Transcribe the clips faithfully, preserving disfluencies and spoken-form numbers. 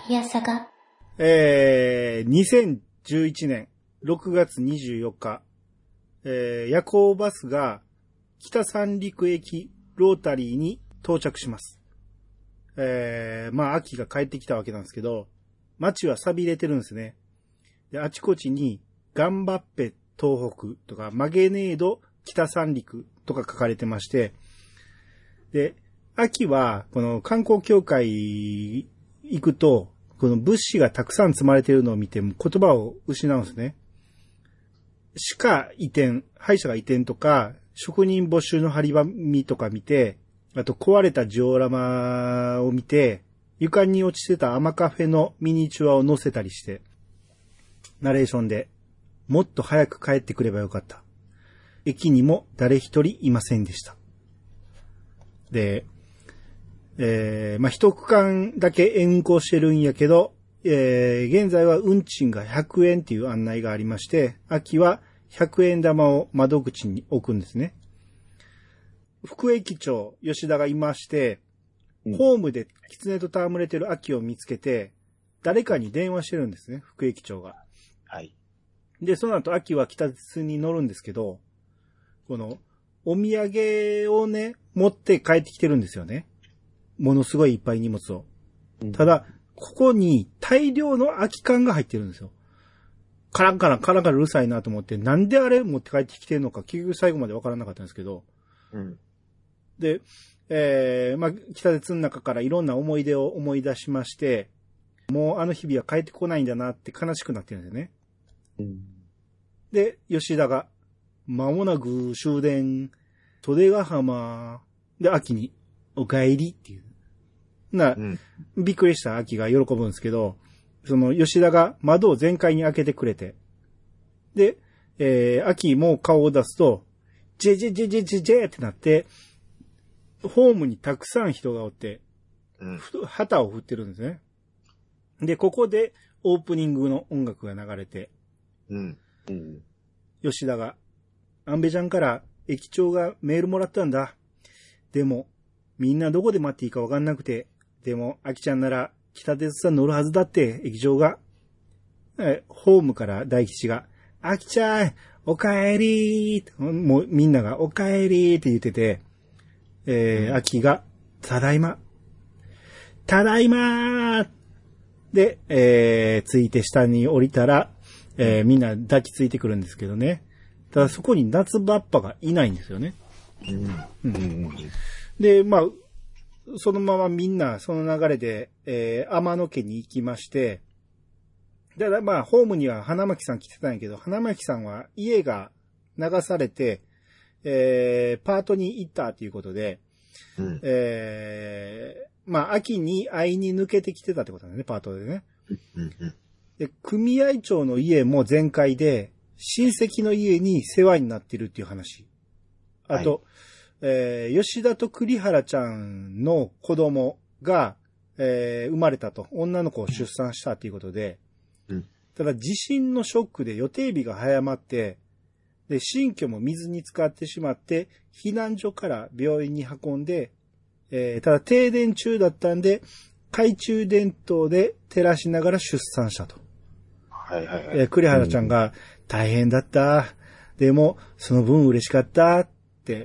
いやさが。 えー、にせんじゅういちねんろくがつにじゅうよっか、えー、夜行バスが北三陸駅ロータリーに到着します。えー、まあ、秋が帰ってきたわけなんですけど、街は錆びれてるんですね。で、あちこちに、ガンバッペ東北とか、マゲネード北三陸とか書かれてまして、で、秋は、この観光協会行くと、この物資がたくさん積まれているのを見て、言葉を失うんですね。歯科移転、歯医者が移転とか、職人募集の張り紙とか見て、あと壊れたジオラマを見て、床に落ちてた甘カフェのミニチュアを載せたりして、ナレーションで、もっと早く帰ってくればよかった。駅にも誰一人いませんでした。で、えー、まあ、一区間だけ運行してるんやけど、えー、現在は運賃がひゃくえんっていう案内がありまして、秋はひゃくえん玉を窓口に置くんですね。副駅長、吉田がいまして、うん、ホームで狐と戯れてる秋を見つけて、誰かに電話してるんですね、副駅長が。 はい。 で、その後秋は北鉄に乗るんですけど、この、お土産をね、持って帰ってきてるんですよね。ものすごいいっぱい荷物を。うん、ただ、ここに大量の空き缶が入ってるんですよ。カランカランカランカランうるさいなと思って、なんであれ持って帰ってきてるのか、結局最後までわからなかったんですけど。うん、で、えー、まあ、北鉄の中からいろんな思い出を思い出しまして、もうあの日々は帰ってこないんだなって悲しくなってるんですよね。うん、で、吉田が、間もなく終電、袖ヶ浜、で、秋に、お帰りっていう。な、うん、びっくりした秋が喜ぶんですけど、その吉田が窓を全開に開けてくれて、で、えー、秋も顔を出すと、ジェジェジェジェジェジェってなって、ホームにたくさん人がおって、うん、旗を振ってるんですね。で、ここでオープニングの音楽が流れて、うんうん、吉田が、アンベちゃんから駅長がメールもらったんだ。でも、みんなどこで待っていいかわかんなくて、でも、秋ちゃんなら北鉄さん乗るはずだって、駅長が。え、ホームから大吉が、秋ちゃん、お帰りーもうみんながお帰りーって言ってて、えー、秋が、ただいま。ただいまーで、えー、ついて下に降りたら、えー、みんな抱きついてくるんですけどね。ただそこに夏バッパがいないんですよね。うんうん、で、まあ、そのままみんなその流れで、えー、天野家に行きまして、だからまあ、ホームには花巻さん来てたんやけど、花巻さんは家が流されて、えー、パートに行ったということで、うん、えー、まあ、秋に会いに抜けてきてたってことなんだね、パートでね。うんうん、で、組合長の家も全開で、親戚の家に世話になってるっていう話。あと、はい、えー、吉田と栗原ちゃんの子供が、えー、生まれたと。女の子を出産したということで、うん、ただ地震のショックで予定日が早まって、で、新居も水に浸かってしまって、避難所から病院に運んで、えー、ただ停電中だったんで、懐中電灯で照らしながら出産したと。はいはいはい。えー、栗原ちゃんが、うん、大変だった。でも、その分嬉しかった。って、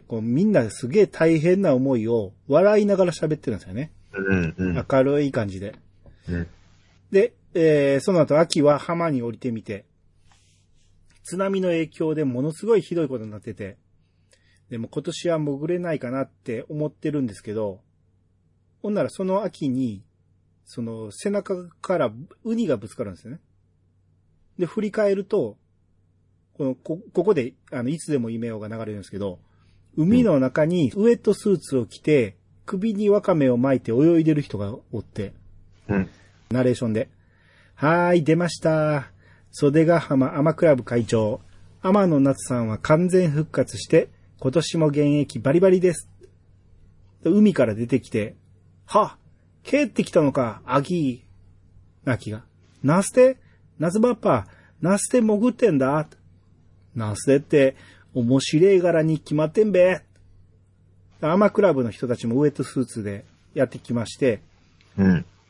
こうみんなすげえ大変な思いを笑いながら喋ってるんですよね。うんうん、明るい感じで。うん、で、えー、その後秋は浜に降りてみて、津波の影響でものすごいひどいことになってて、でも今年は潜れないかなって思ってるんですけど、ほんならその秋に、その背中からウニがぶつかるんですよね。で、振り返ると、この、こ、ここで、あの、いつでも夢をが流れるんですけど、海の中にウエットスーツを着て、首にワカメを巻いて泳いでる人がおって、うん、ナレーションで、はーい、出ました。袖ヶ浜アマクラブ会長、天野夏さんは完全復活して、今年も現役バリバリです。海から出てきて、は帰ってきたのか、秋。秋が。ナステ夏バッパ、ナステ潜ってんだ。ナステって、面白い柄に決まってんべ。アマクラブの人たちもウエットスーツでやってきまして、うん、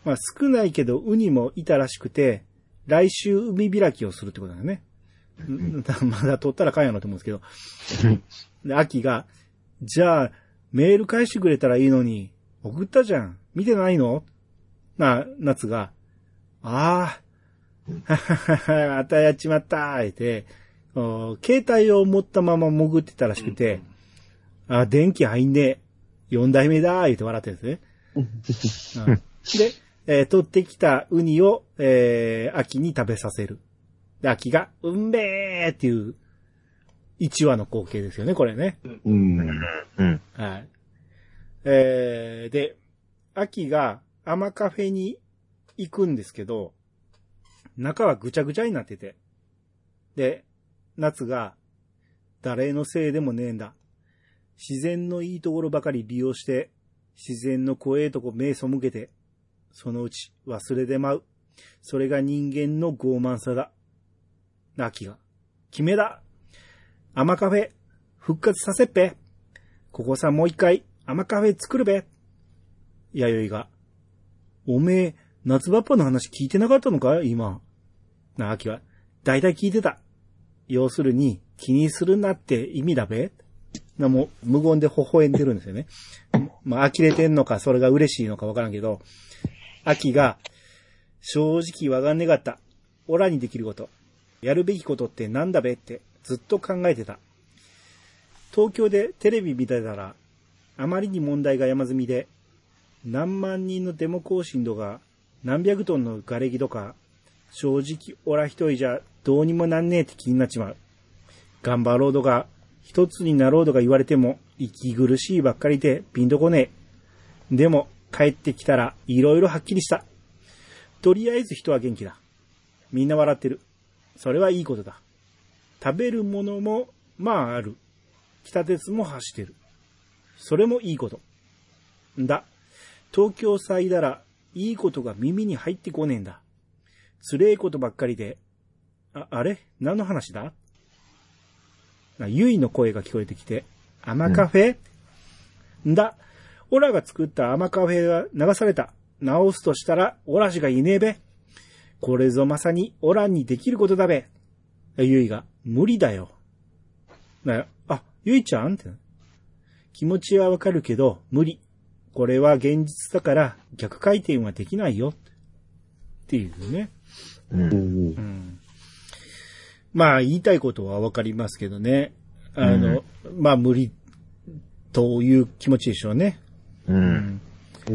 まあ少ないけどウニもいたらしくて、来週海開きをするってことだよね。まだ取ったらかんやろと思うんですけど。で、秋が、じゃあ、メール返してくれたらいいのに、送ったじゃん。見てないのな、夏が、ああ、ははは、あたやっちまったーって、携帯を持ったまま潜ってたらしくて、あ、電気入んねえ。四代目だーって笑ってるんですね。うん、で、えー、取ってきたウニを、えー、秋に食べさせる。で、秋が、うんべーっていう、一話の光景ですよね、これね。 うん。うん。 はい。えー、で、秋がアマカフェに行くんですけど、中はぐちゃぐちゃになってて。で、夏が、誰のせいでもねえんだ。自然のいいところばかり利用して、自然の怖えとこ目背けて、そのうち忘れてまう。それが人間の傲慢さだ。秋が、決めだ。アマカフェ、復活させっぺ。ここさもう一回、アマカフェ作るべ。弥生が、おめえ、夏バッパの話聞いてなかったのか今。な、秋は、だいたい聞いてた。要するに、気にするなって意味だべ。な、もう、無言で微笑んでるんですよね。まあ、呆れてんのか、それが嬉しいのかわからんけど、秋が、正直わかんねかった。オラにできること。やるべきことってなんだべって、ずっと考えてた。東京でテレビ見てたら、あまりに問題が山積みで、何万人のデモ行進とか、何百トンの瓦礫とか、正直オラ一人じゃどうにもなんねえって気になっちまう。頑張ろうとか、一つになろうとか言われても、息苦しいばっかりでピンとこねえ。でも、帰ってきたらいろいろはっきりした。とりあえず人は元気だ。みんな笑ってる。それはいいことだ。食べるものも、まあある。北鉄も走ってる。それもいいこと。んだ。東京さいだら、いいことが耳に入ってこねえんだ。つれえことばっかりで、あ、あれ何の話だ？ゆいの声が聞こえてきて、アマカフェ、うん、んだ。オラが作ったアマカフェが流された。直すとしたら、オラしかいねえべ。これぞまさにオラにできることだべ。ゆいが、無理だよ。な、あ、ゆいちゃんって。気持ちはわかるけど、無理。これは現実だから逆回転はできないよ。っていうね。うんうん、まあ言いたいことはわかりますけどね。あの、うん、まあ無理という気持ちでしょうね。うんうん、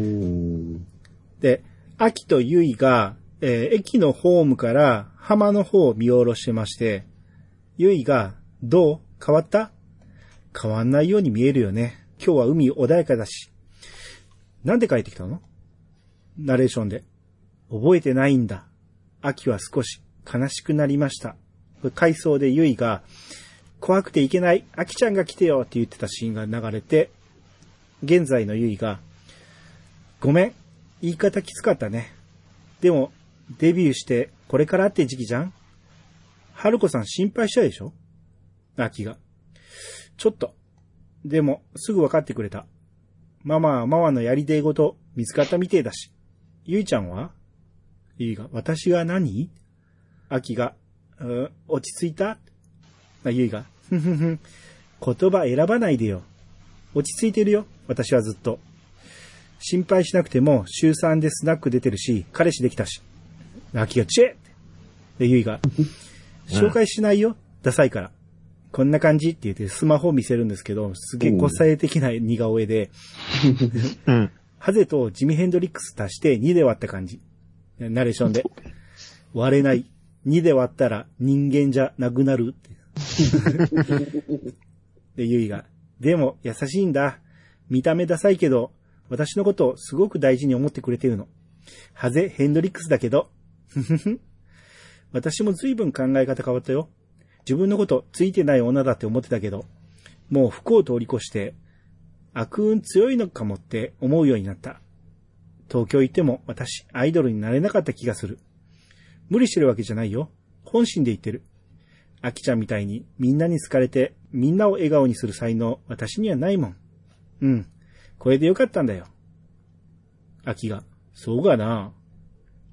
で、秋とゆいが、えー、駅のホームから浜の方を見下ろしてまして、ゆいが、どう？変わった？変わんないように見えるよね。今日は海穏やかだし。なんで帰ってきたの？ナレーションで。覚えてないんだ。秋は少し悲しくなりました。回想でゆいが、怖くていけない。秋ちゃんが来てよって言ってたシーンが流れて、現在のゆいが、ごめん。言い方きつかったね。でも、デビューしてこれからって時期じゃん？春子さん心配したでしょ？秋が。ちょっと。でも、すぐ分かってくれた。ママはママのやりてえこと見つかったみてえだし。ゆいちゃんは？ゆいが、私が何？秋が、うん、落ち着いた？ゆいが、ふんふんふん。言葉選ばないでよ。落ち着いてるよ。私はずっと。心配しなくても、週さんでスナック出てるし、彼氏できたし。秋が、チェッで、ゆいが、紹介しないよ。ダサいから。こんな感じって言ってスマホを見せるんですけど、すげえ個性的な似顔絵で、うん、ハゼとジミヘンドリックス足してにで割った感じ。ナレーションで。割れない。にで割ったら人間じゃなくなるって。で、ゆいが、でも優しいんだ。見た目ダサいけど、私のことをすごく大事に思ってくれてるの。ハゼ、ヘンドリックスだけど。私も随分考え方変わったよ。自分のことついてない女だって思ってたけど、もう不幸を通り越して、悪運強いのかもって思うようになった。東京行っても私、アイドルになれなかった気がする。無理してるわけじゃないよ。本心で言ってる。アキちゃんみたいにみんなに好かれて、みんなを笑顔にする才能、私にはないもん。うん。これでよかったんだよ。アキが、そうかな。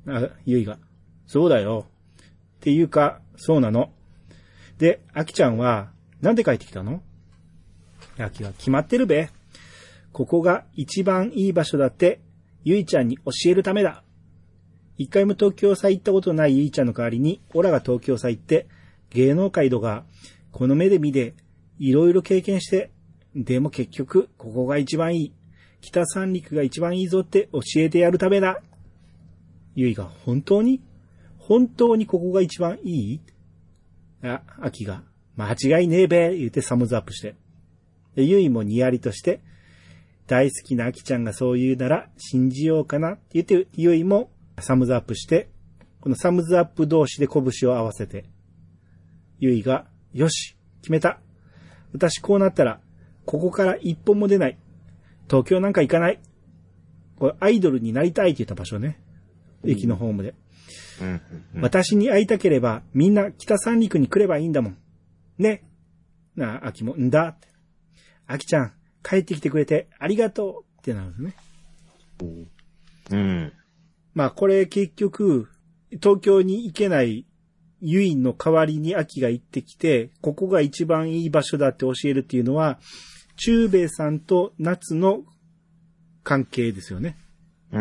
あ、ゆいが。そうだよ。っていうか、そうなの。で、あきちゃんは、なんで帰ってきたの？あきは、決まってるべ。ここが一番いい場所だって、ゆいちゃんに教えるためだ。一回も東京さ行ったことないゆいちゃんの代わりに、オラが東京さ行って、芸能界度が、この目で見て、いろいろ経験して、でも結局、ここが一番いい。北三陸が一番いいぞって教えてやるためだ。ゆいが、本当に？本当にここが一番いい？あ、あきが、間違いねえべ、言うてサムズアップして。で、ゆいもにやりとして、大好きなあきちゃんがそう言うなら信じようかなって言って、ゆいもサムズアップして、このサムズアップ同士で拳を合わせて、ゆいが、よし、決めた。私こうなったら、ここから一歩も出ない。東京なんか行かない。これアイドルになりたいって言った場所ね。駅のホームで。うんうんうん、私に会いたければ、みんな北三陸に来ればいいんだもん。ね。なあ、あきも、んだって。あきちゃん、帰ってきてくれてありがとうってなるんですね。うん。まあこれ結局、東京に行けないゆいの代わりにあきが行ってきて、ここが一番いい場所だって教えるっていうのは、中兵衛さんと夏の関係ですよね。うん。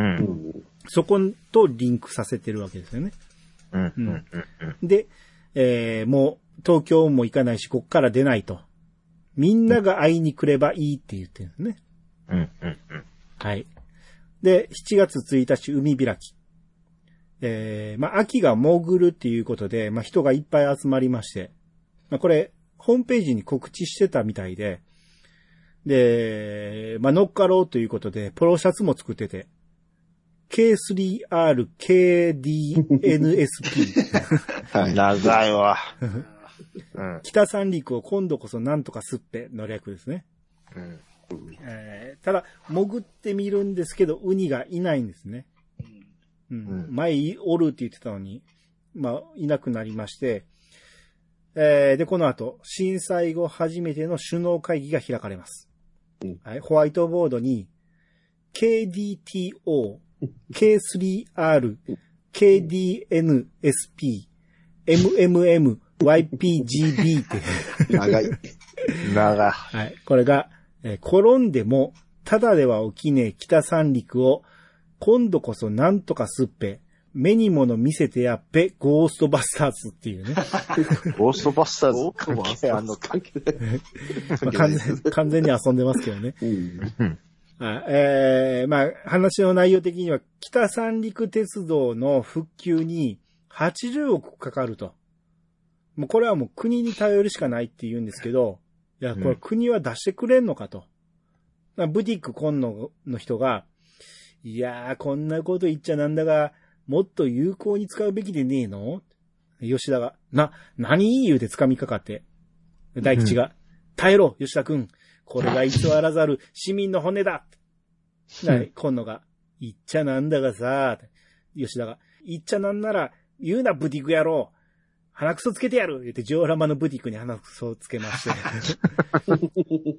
そことリンクさせてるわけですよね。うん。うん。うん、で、えー、もう東京も行かないし、こっから出ないと。みんなが会いに来ればいいって言ってるんですね。うん。うん。うん。はい。で、しちがつついたち海開き。えー、まあ、秋が潜るっていうことで、まあ、人がいっぱい集まりまして、まあ、これ、ホームページに告知してたみたいで、で、まあ、乗っかろうということで、ポロシャツも作ってて、ケースリーアールケーディーエヌエスピー。 長いわ。 北三陸を今度こそなんとかすっぺの略ですね。うんえー、ただ、潜ってみるんですけど、ウニがいないんですね。うん、前おるって言ってたのに、まあ、いなくなりまして、えー、で、この後、震災後初めての首脳会議が開かれます。うん、はい、ホワイトボードに、ケーディーティーオー、ケースリーアール、ケーディーエヌエスピー、エムエムエム、ワイピージービー って。 長い。長い。 はい。これが、えー、転んでも、ただでは起きねえ北三陸を、今度こそなんとかすっぺ、目にもの見せてやっべ、ゴーストバスターズっていうね。 ゴーストバスターズ関係あんの関係まあ、完全完全に遊んでますけどね。うんあえー、まあ、話の内容的には、北三陸鉄道の復旧にはちじゅうおくかかると。もうこれはもう国に頼るしかないって言うんですけど、いや、これ国は出してくれんのかと。うん、ブティック今野の人が、いやー、こんなこと言っちゃなんだが、もっと有効に使うべきでねえの？吉田が、な、何言うて掴みかかって。大吉が、うん、耐えろ、吉田くん。これが偽らざる市民の骨だ。はい、今野が、言っちゃなんだがさ、吉田が、言っちゃなんなら、言うな、ブティック野郎。鼻くそつけてやる言って、ジオラマのブティックに鼻くそをつけまして。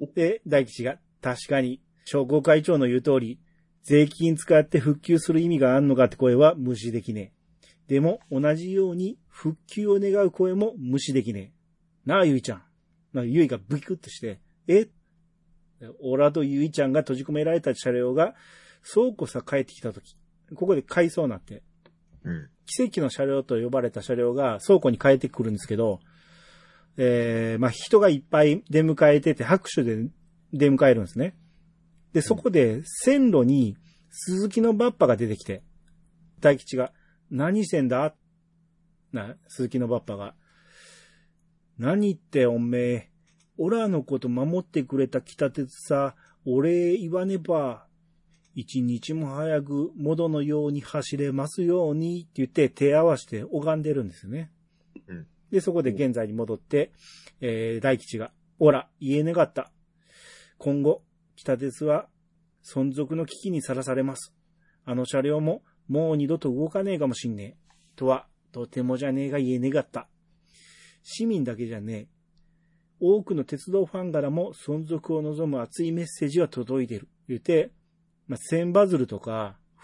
で、大吉が、確かに、商工会長の言う通り、税金使って復旧する意味があんのかって声は無視できねえ。でも、同じように復旧を願う声も無視できねえ。なあ、ゆいちゃん。なあ、ゆいがブキクッとして、えオラとゆいちゃんが閉じ込められた車両が、そうこさ帰ってきたとき、ここで回想になって、うん、奇跡の車両と呼ばれた車両が倉庫に帰ってくるんですけど、えー、まあ、人がいっぱい出迎えてて拍手で出迎えるんですね。で、そこで線路に鈴木のバッパが出てきて、大吉が、何してんだな、鈴木のバッパが。何っておめえ、オラのこと守ってくれた北鉄さ、お礼言わねば、一日も早く元のように走れますようにって言って手合わせて拝んでるんですよね。うん、で、そこで現在に戻って、えー、大吉が、オラ、言えねがった。今後、北鉄は存続の危機にさらされます。あの車両ももう二度と動かねえかもしんねえ。とは、とてもじゃねえが言えねがった。市民だけじゃねえ。多くの鉄道ファンからも存続を望む熱いメッセージは届いてる。言って、まあ、千バズルとか、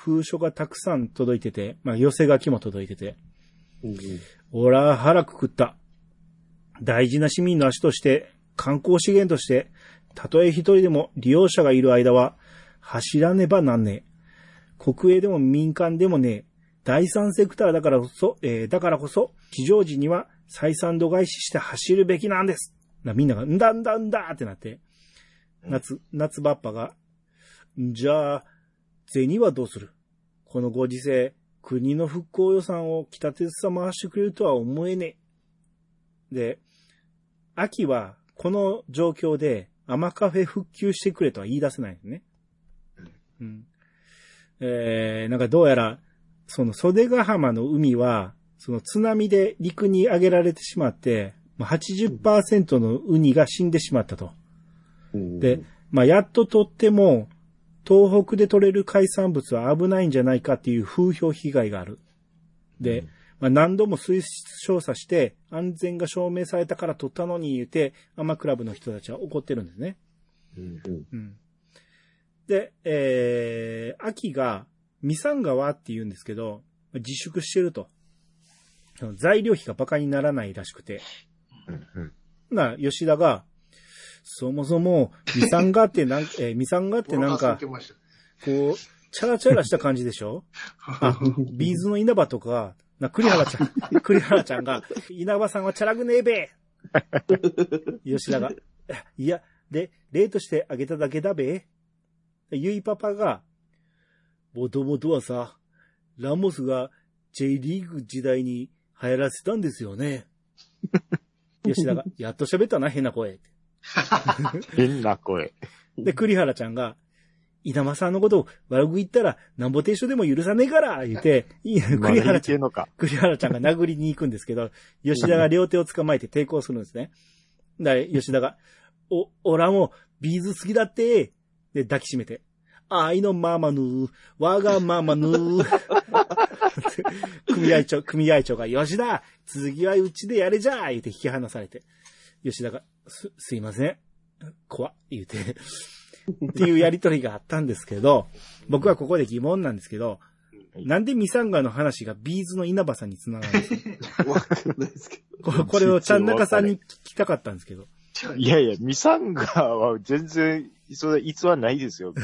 封書がたくさん届いてて、まあ寄せ書きも届いてて、 うんうん、 おら腹くくった。大事な市民の足として、観光資源として、たとえ一人でも利用者がいる間は、走らねばなんねえ。国営でも民間でもねえ。第三セクターだからこそ、えー、だからこそ、非常時には採算度外視して走るべきなんです。なみんなが、んだんだんだってなって、夏、夏バッパが、じゃあ、銭はどうする？このご時世、国の復興予算を北鉄さ回してくれるとは思えねえ。で、秋は、この状況で、甘カフェ復旧してくれとは言い出せないんですね。うん。えー、なんかどうやら、その袖ヶ浜の海は、その津波で陸に上げられてしまって、はちじゅっパーセント のウニが死んでしまったと。で、まあ、やっと取っても、東北で取れる海産物は危ないんじゃないかっていう風評被害がある。で、まあ、何度も水質調査して安全が証明されたから取ったのに言うて、アマクラブの人たちは怒ってるんですね。 うんうん、で、えー、秋がミサン川って言うんですけど、自粛してると。材料費がバカにならないらしくて。 うんうん、な、吉田が、そもそも、ミサンガってなん、えー、ミサンガってなんか、こう、チャラチャラした感じでしょあ、ビーズの稲葉とか、な、栗原ちゃん、栗原ちゃんが、稲葉さんはチャラくねえべ吉田が、いや、で、例としてあげただけだべゆいパパが、もともとはさ、ラモスが J リーグ時代に流行らせたんですよね。吉田が、やっと喋ったな、変な声。 変な声。 で、栗原ちゃんが、稲葉さんのことを悪く言ったら、なんぼ定書でも許さねえから言って、いい栗原ちゃん、栗原ちゃんが殴りに行くんですけど、吉田が両手を捕まえて抵抗するんですね。だから吉田が、お、おらもビーズ好きだって、で、抱きしめて、愛のままぬー、わがままぬー。組合長、組合長が、吉田、続きはうちでやれじゃー言って引き離されて、吉田が、す、すいません。怖っ、言うて。っていうやりとりがあったんですけど、僕はここで疑問なんですけど、なんでミサンガの話がビーズの稲葉さんに繋がるんですか？わかんないですけど。これをちゃんなかさんに聞きたかったんですけど。 いやいや、ミサンガは全然、それ、逸話ないですよ。 うん、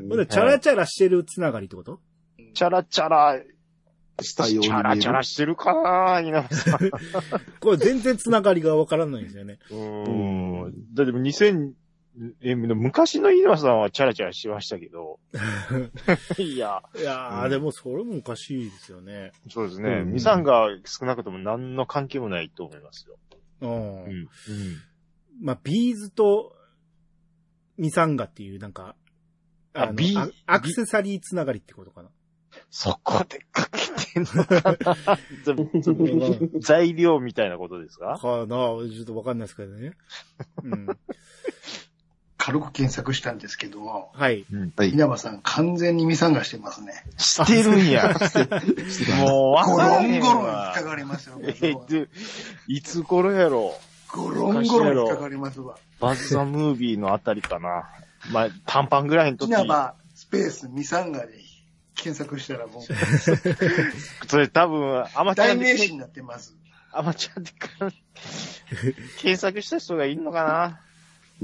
チャラチャラしてるつながりってこと？ チャラチャラ、したように。チャラチャラしてるかな稲葉さん。 これ全然つながりがわからないんですよね。 うーん。だってにせん、え、昔の稲葉さんはチャラチャラしましたけど。いや。 いやー、うん、でもそれもおかしいですよね。 そうですね。ミサンガ少なくとも何の関係もないと思いますよ。 うん。うん。まあ、ビーズとミサンガっていうなんか、あの、ビーアクセサリーつながりってことかな。 そこでかけてんのかな材料みたいなことですか？ かな、ちょっとわかんないですけどね。うん、 軽く検索したんですけども、 はい。 稲葉さん完全にミサンガしてますね。 してるんや。もうわかんねえわ。 ゴロンゴロン引っかかりますよ。 え、で、いつ頃やろう。ゴロンゴロン引っかかりますわ。 バズ・ザ・ムービーのあたりかな。まあ、短パンぐらいの時。 稲葉スペースミサンガで検索したらもう。 それ多分、アマチュアで。 代名詞になってます。 アマチュアでか検索した人がいるのかな。 うん。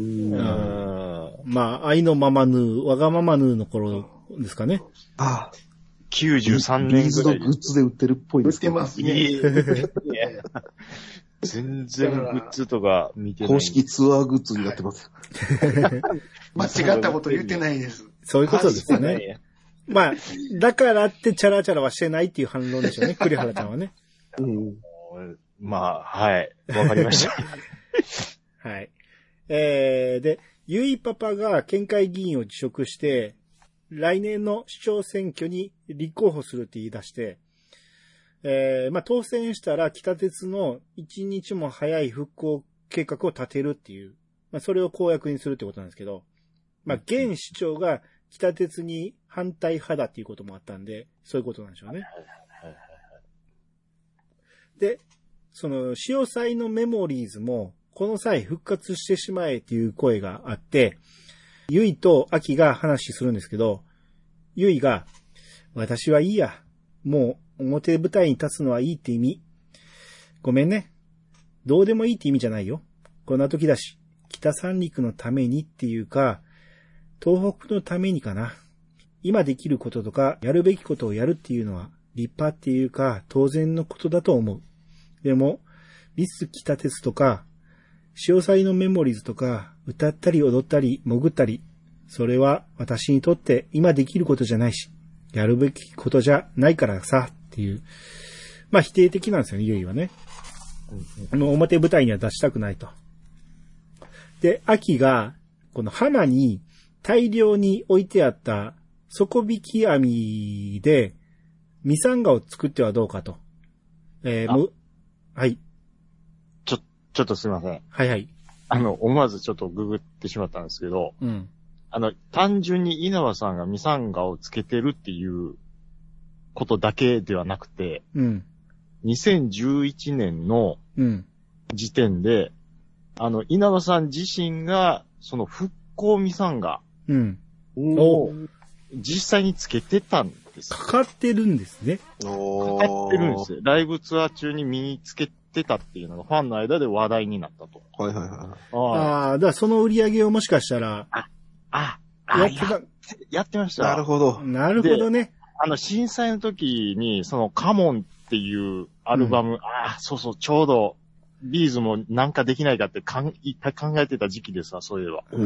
まあ、愛のままぬー、わがままぬーの頃ですかね。 ああ。 きゅうじゅうさんねんぐらい。 ビーズのグッズで売ってるっぽいですね。売ってますね。 いや全然グッズとか見てない。 公式ツアーグッズになってます。 間違ったこと言ってないです。 そういうことですよね。まあ、だからってチャラチャラはしてないっていう反論でしょうね、栗原ちゃんはね。 うん、 まあ、はい。わかりました。 はい。えー、で、ゆいパパが県会議員を辞職して、来年の市長選挙に立候補するって言い出して、えー、まあ当選したら北鉄の一日も早い復興計画を立てるっていう、まあそれを公約にするってことなんですけど、まあ現市長が北鉄に反対派だっていうこともあったんで、そういうことなんでしょうね。で、その、潮祭のメモリーズも、この際復活してしまえっていう声があって、ゆいとあきが話するんですけど、ゆいが、 私はいいや。もう表舞台に立つのはいいって意味。ごめんね。どうでもいいって意味じゃないよ。こんな時だし、北三陸のためにっていうか、東北のためにかな。今できることとか、やるべきことをやるっていうのは、立派っていうか、当然のことだと思う。でも、ミス北鉄とか、潮騒のメモリーズとか、歌ったり踊ったり潜ったり、それは私にとって今できることじゃないし、やるべきことじゃないからさ、っていう。まあ否定的なんですよね、ゆいはね。あの、表舞台には出したくないと。で、秋が、この浜に大量に置いてあった底引き網で、ミサンガを作ってはどうかと。えー、む、はい。 ちょ、ちょっとすいません。 はいはい。 あの、思わずちょっとググってしまったんですけど、 うん。 あの、単純に稲葉さんがミサンガをつけてるっていうことだけではなくて、 うん。 にせんじゅういちねんの時点で、あの、稲葉さん自身が、その復興ミサンガを実際につけてたんですよ。 かかってるんですね。 かかってるんですよ。ライブツアー中に身につけてたっていうのがファンの間で話題になったと。 はいはいはい。 ああ、だからその売り上げをもしかしたら、 あ、あ、あやってた。 ややってました。 なるほど。 なるほどね。 あの、震災の時に、そのカモンっていうアルバム、うん、ああ、そうそう、ちょうど、ビーズもなんかできないかってかんいっぱい考えてた時期でさ、そういえば。 うん。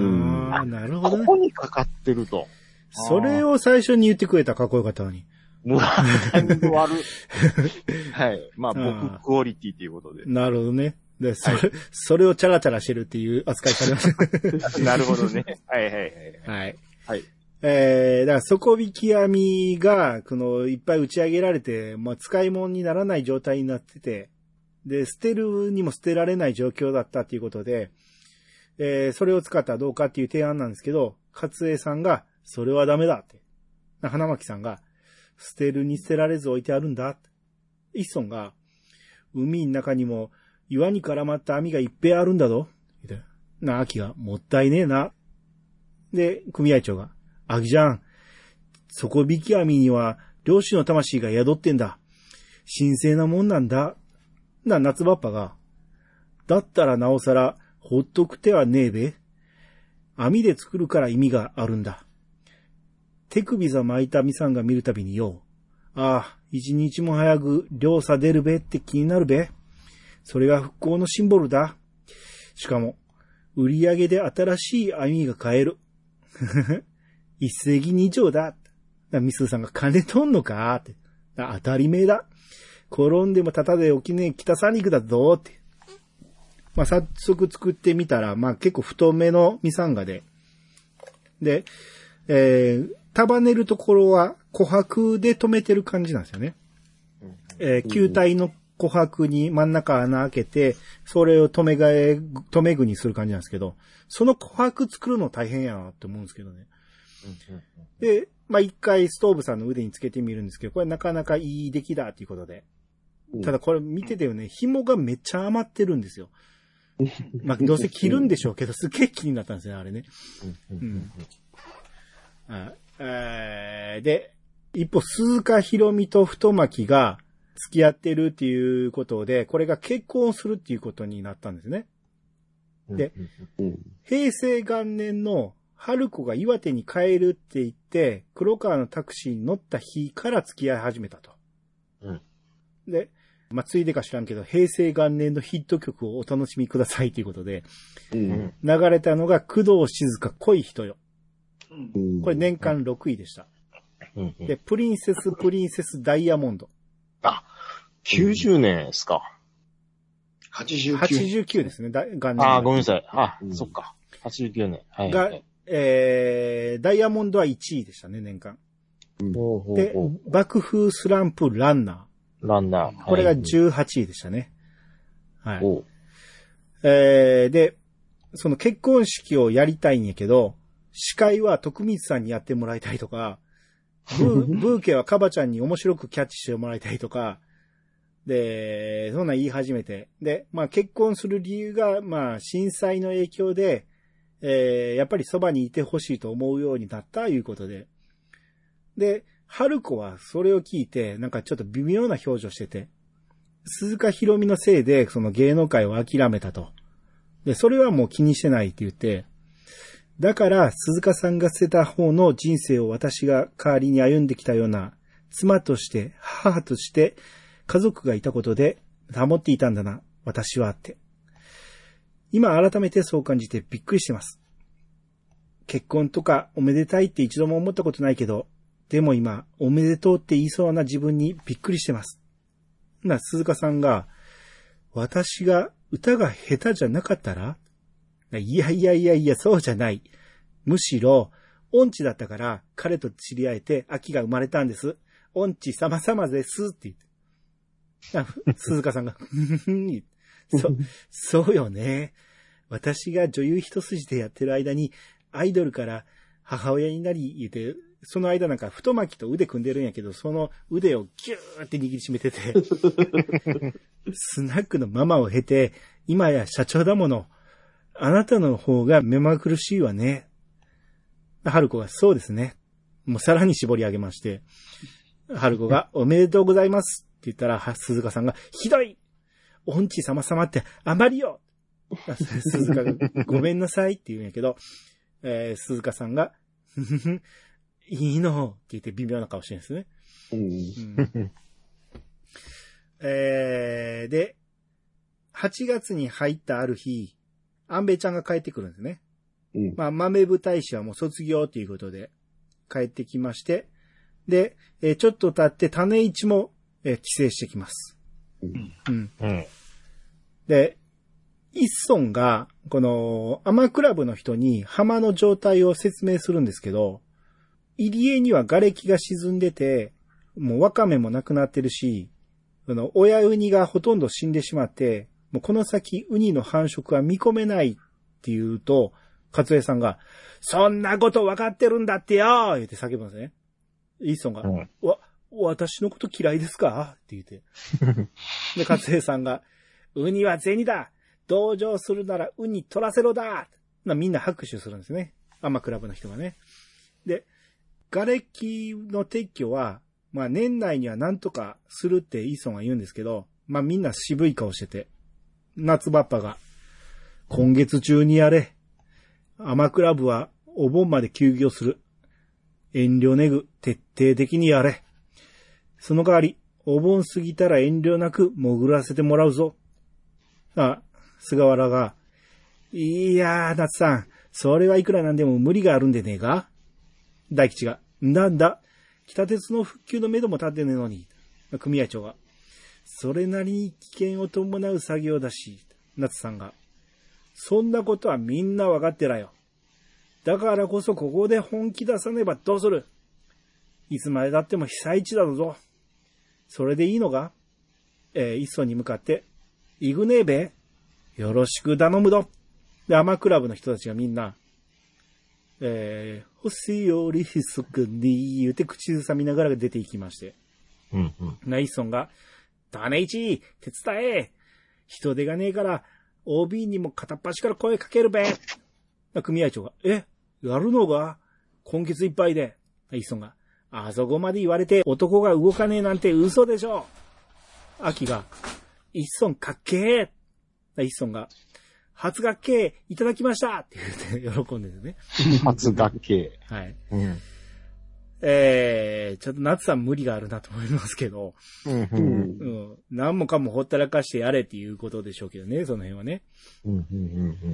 ああ、なるほどね。 ここにかかってると。 それを最初に言ってくれたらかっこよかったのに。 もう、タイミング悪い。はい。まあ、僕、クオリティということで。 なるほどね。で、それ、はい、それをチャラチャラしてるっていう扱いされました。 なるほどね。はいはいはい。 はい。 はい。 えー、だから底引き網が、この、いっぱい打ち上げられて、まあ、使い物にならない状態になってて、で、捨てるにも捨てられない状況だったっていうことで、えー、それを使ったらどうかっていう提案なんですけど、勝江さんが、それはダメだって。花巻さんが、捨てるに捨てられず置いてあるんだって。一村が、海の中にも岩に絡まった網がいっぺいあるんだぞ。みたいな。な、秋が、もったいねえな。で、組合長が、秋じゃん。底引き網には漁師の魂が宿ってんだ。神聖なもんなんだ。な、夏バッパが、だったらなおさら、ほっとく手はねえべ。網で作るから意味があるんだ。手首ざ巻いたミサンが見るたびによ。ああ、一日も早く漁さ出るべって気になるべ。それが復興のシンボルだ。しかも、売り上げで新しい網が買える。一石二鳥だ。ミスーさんが金とんのかって。当たり前だ。転んでもたたで起きねえ北三陸だぞって。まあ、早速作ってみたら、まあ結構太めのミサンガで。で、えー、束ねるところは琥珀で留めてる感じなんですよね。えー、球体の琥珀に真ん中穴開けて、それを留め替え、留め具にする感じなんですけど、その琥珀作るの大変やなって思うんですけどね。で、まあ、一回ストーブさんの腕につけてみるんですけど、これなかなかいい出来だっていうことで。ただこれ見ててよね、紐がめっちゃ余ってるんですよ。まあ、どうせ切るんでしょうけど、すっげえ気になったんですね、あれね。うんあえー、で、一方、鈴鹿ひろみと太巻が付き合ってるっていうことで、これが結婚するっていうことになったんですね。で、平成元年の春子が岩手に帰るって言って、黒川のタクシーに乗った日から付き合い始めたと。うん、で、まあ、ついでか知らんけど、平成元年のヒット曲をお楽しみくださいということで、うん、流れたのが工藤静香恋人よ。これ年間ろくいでした。うんうん、で、プリンセスプリンセスダイヤモンド。 あ、きゅうじゅうねんですか。 はちじゅうきゅう。 はちじゅうきゅうですね、元年。 あ、ごめんなさい。あ、うん、そっか。はちじゅうきゅうねん。はい、 が、えー、ダイヤモンドはいちいでしたね、年間。うん、で、爆風スランプランナー。ランナー。 これがじゅうはちいでしたね。はい。えー、で、その結婚式をやりたいんやけど、司会は徳光さんにやってもらいたいとか、ブー、ブーケはカバちゃんに面白くキャッチしてもらいたいとか、で、そんなん言い始めて。で、まあ結婚する理由が、まあ震災の影響で、えー、やっぱりそばにいてほしいと思うようになったということで。で、 春子はそれを聞いて、なんかちょっと微妙な表情してて、鈴鹿ひろみのせいでその芸能界を諦めたと。で、それはもう気にしてないって言って、だから鈴鹿さんが捨てた方の人生を私が代わりに歩んできたような、妻として、母として、家族がいたことで保っていたんだな、私はって。今改めてそう感じてびっくりしてます。結婚とかおめでたいって一度も思ったことないけど、でも今、おめでとうって言いそうな自分にびっくりしてます。な、鈴鹿さんが、私が歌が下手じゃなかったら？いやいやいやいや、そうじゃない。むしろ、音痴だったから、彼と知り合えて、秋が生まれたんです。音痴様々ですって言って。鈴鹿さんが、そ、そうよね。私が女優一筋でやってる間に、アイドルから母親になり、言って、その間なんか太巻きと腕組んでるんやけど、その腕をギューって握りしめてて、スナックのママを経て、今や社長だもの。あなたの方が目まぐるしいわね。春子が、そうですね。もうさらに絞り上げまして、春子が、おめでとうございますって言ったら、鈴鹿さんが、ひどい音痴様々ってあまりよ鈴鹿が、ごめんなさいって言うんやけど、えー、鈴鹿さんが、ふふふ、いいのって言って微妙な顔してるんですね。うん、えー、で、はちがつに入ったある日、安倍ちゃんが帰ってくるんですね。うん、まあ、豆部大使はもう卒業ということで帰ってきまして、で、えー、ちょっと経って種市も、えー、帰省してきます。うん。うんうん、で、一村が、この、アマクラブの人に浜の状態を説明するんですけど、入り江には瓦礫が沈んでて、もうワカメもなくなってるし、この親ウニがほとんど死んでしまって、もうこの先ウニの繁殖は見込めないって言うと、勝江さんが、そんなこと分かってるんだってよ言って叫ぶんですね。イーソンが、うん、わ、私のこと嫌いですかって言って。で、勝江さんが、ウニは銭だ同情するならウニ取らせろだなみんな拍手するんですね。アマクラブの人がね。で、瓦礫の撤去は、まあ年内には何とかするってイーソンは言うんですけど、まあみんな渋い顔してて、夏バッパが、今月中にやれ。アマクラブはお盆まで休業する。遠慮ねぐ、徹底的にやれ。その代わり、お盆過ぎたら遠慮なく潜らせてもらうぞ。あ、菅原が、いやー、夏さん、それはいくらなんでも無理があるんでねえか？大吉が、なんだ、北鉄の復旧のめども立ってねえのに。組合長が、それなりに危険を伴う作業だし、夏さんが、そんなことはみんなわかってらよ。だからこそここで本気出さねばどうする？いつまでだっても被災地だぞ。それでいいのか？えー、一村に向かって、いぐねえべ？よろしく頼むぞ。で、アマクラブの人たちがみんな、えー、星よりひそくに言うて口ずさみながら出ていきまして。うんうん。ナイソンが、種市、手伝え。人手がねえから、オービー にも片っ端から声かけるべ。組合長が、え、やるのが今月いっぱいで。ナイソンが、あそこまで言われて男が動かねえなんて嘘でしょ。秋が、一村かっけえ。一村が、初学慶いただきましたって言って喜んでるね。 初学慶。 はい。うん、えー、ちょっと夏さん無理があるなと思いますけど、うんうんうん、何もかもほったらかしてやれっていうことでしょうけどね、その辺はね。うんうんうんうん、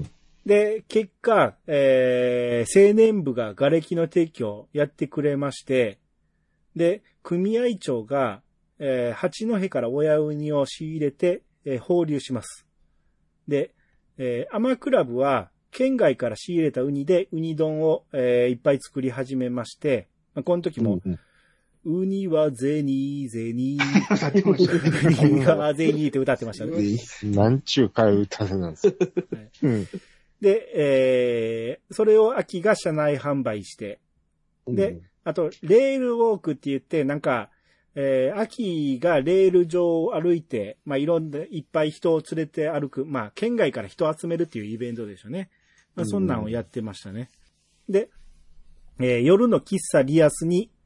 で、結果、えー、青年部が瓦礫の撤去をやってくれまして、で、組合長が、えー、八戸から親ウニを仕入れて、えー、放流します。で、えー、アマクラブは県外から仕入れたウニでウニ丼を、えー、いっぱい作り始めまして、まあ、この時も、うんうん、ウニはゼニーゼニー、ウニはゼニーって歌ってましたね。 なんちゅう替え歌なんですか、はいうん、で、えー、それを秋が車内販売して、で、うん、あと、レールウォークって言って、なんか、えー、秋がレール上を歩いて、まあ、いろんな、いっぱい人を連れて歩く、まあ、県外から人を集めるっていうイベントでしょうね。まあ、そんなんをやってましたね。うん、で、えー、夜の喫茶リアスに、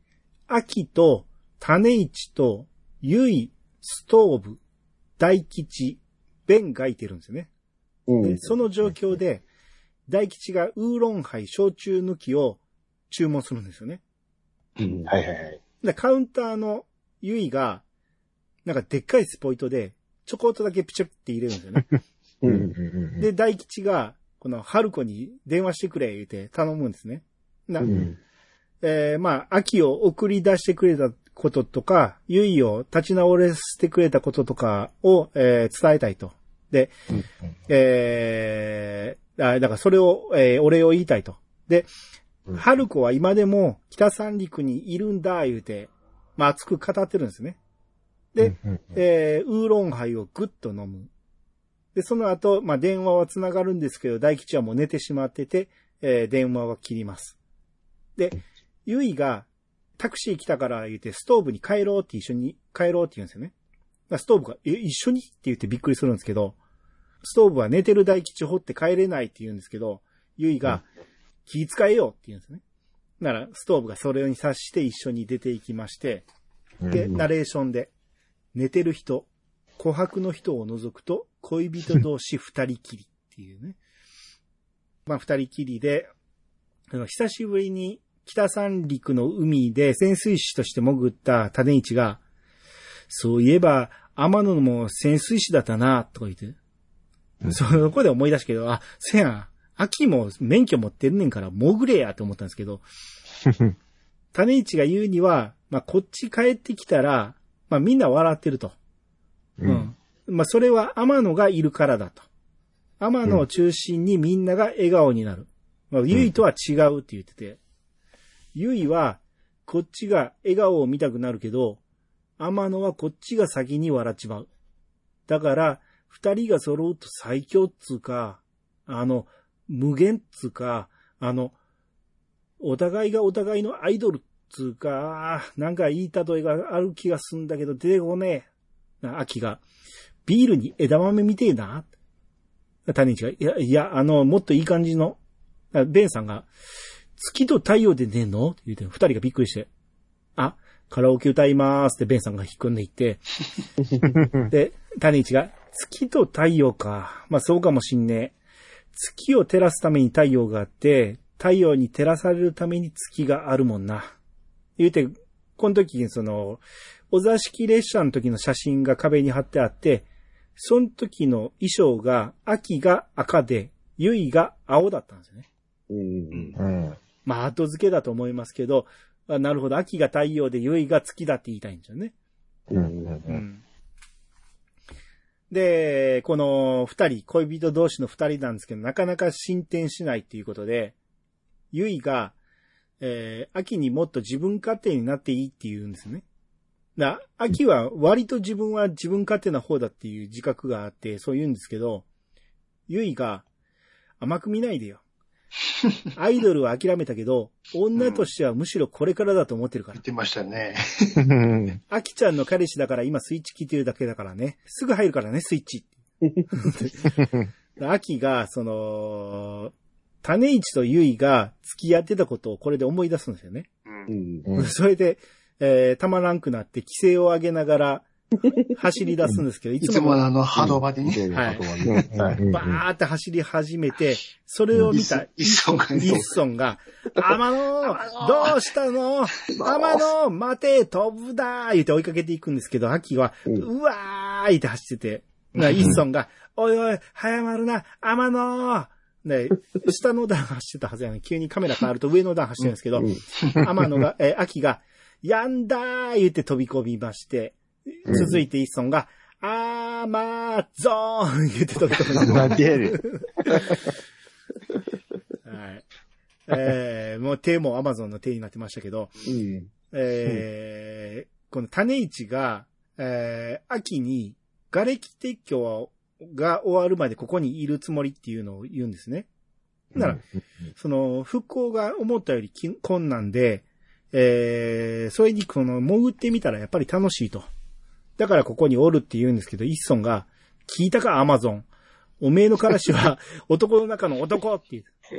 秋と種市とゆい、ストーブ、大吉、弁がいてるんですよね。うん、でその状況で、大吉がウーロンハイ、焼酎抜きを注文するんですよね。 うん、はいはいはい。 でカウンターのゆいが、なんかでっかいスポイトで、ちょこっとだけピチュって入れるんですよね。うん、で、大吉が、この春子に電話してくれ、言うて頼むんですね。な、うん、えー、まあ、秋を送り出してくれたこととか、ゆいを立ち直らせてくれたこととかを、えー、伝えたいと。で、うん、えー、あ、だからそれを、えー、お礼を言いたいと。で、うん、春子は今でも北三陸にいるんだ、言うて、まあ、熱く語ってるんですね。で、うん、えー、ウーロンハイをぐっと飲む。で、その後、まあ、電話は繋がるんですけど、大吉はもう寝てしまってて、えー、電話は切ります。で、ゆいが、タクシー来たから言って、ストーブに帰ろうって一緒に帰ろうって言うんですよね。ストーブが、え、一緒にって言ってびっくりするんですけど、ストーブは寝てる大吉掘って帰れないって言うんですけど、ゆいが、気遣えようって言うんですね。なら、ストーブがそれに察して一緒に出ていきまして、で、ナレーションで、寝てる人、琥珀の人を除くと、恋人同士二人きりっていうね。まあ、二人きりで、あの久しぶりに北三陸の海で潜水士として潜った種市が、そういえば、天野も潜水士だったな、とか言って。うん、そこで思い出したけど、あ、せやん、秋も免許持ってんねんから潜れやと思ったんですけど、種市が言うには、まあ、こっち帰ってきたら、まあ、みんな笑ってると。うん。うんまあ、それは天野がいるからだと。天野を中心にみんなが笑顔になる。まあ、ゆいとは違うって言ってて。ゆいは、こっちが笑顔を見たくなるけど、天野はこっちが先に笑っちまう。だから、二人が揃うと最強っつうか、あの、無限っつうか、あの、お互いがお互いのアイドルっつうか、なんかいい例えがある気がすんだけど、出てこねえ。秋が。ビールに枝豆みてえな。種市が、いや、いや、あの、もっといい感じの、ベンさんが、月と太陽で寝んのって言うて、二人がびっくりして、あ、カラオケ歌いまーすってベンさんが引っ込んでいって、で、種市が、月と太陽か。まあそうかもしんねえ。月を照らすために太陽があって、太陽に照らされるために月があるもんな。言うて、この時にその、お座敷列車の時の写真が壁に貼ってあって、その時の衣装が、秋が赤で、ゆいが青だったんですよね。うんうん、まあ、後付けだと思いますけど、なるほど、秋が太陽でゆいが月だって言いたいんですよね。うんうんうん、で、この二人、恋人同士の二人なんですけど、なかなか進展しないっていうことで、ゆいが、えー、秋にもっと自分勝手になっていいって言うんですね。だ秋は割と自分は自分勝手な方だっていう自覚があって、そう言うんですけど、ゆいが甘く見ないでよ。アイドルは諦めたけど、女としてはむしろこれからだと思ってるから。 言ってましたね。 秋ちゃんの彼氏だから今スイッチ聞いてるだけだからね。すぐ入るからね、スイッチ。秋が、その、種市とゆいが付き合ってたことをこれで思い出すんですよね。うん、それで、えー、たまらんくなって規制を上げながら走り出すんですけど、 いつもあの波動場でね、 はい、バーって走り始めて、それを見たイッソンが、イッソンが、天野どうしたの天野待て飛ぶだー言って追いかけていくんですけど、秋は、うわーって走ってて、イッソンが、おいおい、早まるな、天野ね、下の段走ってたはずやねん。急にカメラ変わると上の段走ってるんですけど、天野が、えー、秋が、やんだー言って飛び込みまして、うん、続いてイッソンが、あーまーゾーン言って飛び込みました。はい。えー、もう手もアマゾンの手になってましたけど、うん、えー、うん、この種市が、えー、秋に瓦礫撤去が終わるまでここにいるつもりっていうのを言うんですね。だから、うん、その、復興が思ったより困難で、えー、それにこの潜ってみたらやっぱり楽しいと。だからここにおるって言うんですけど、イッソンが、聞いたかアマゾン。おめえの彼氏は男の中の男って言う。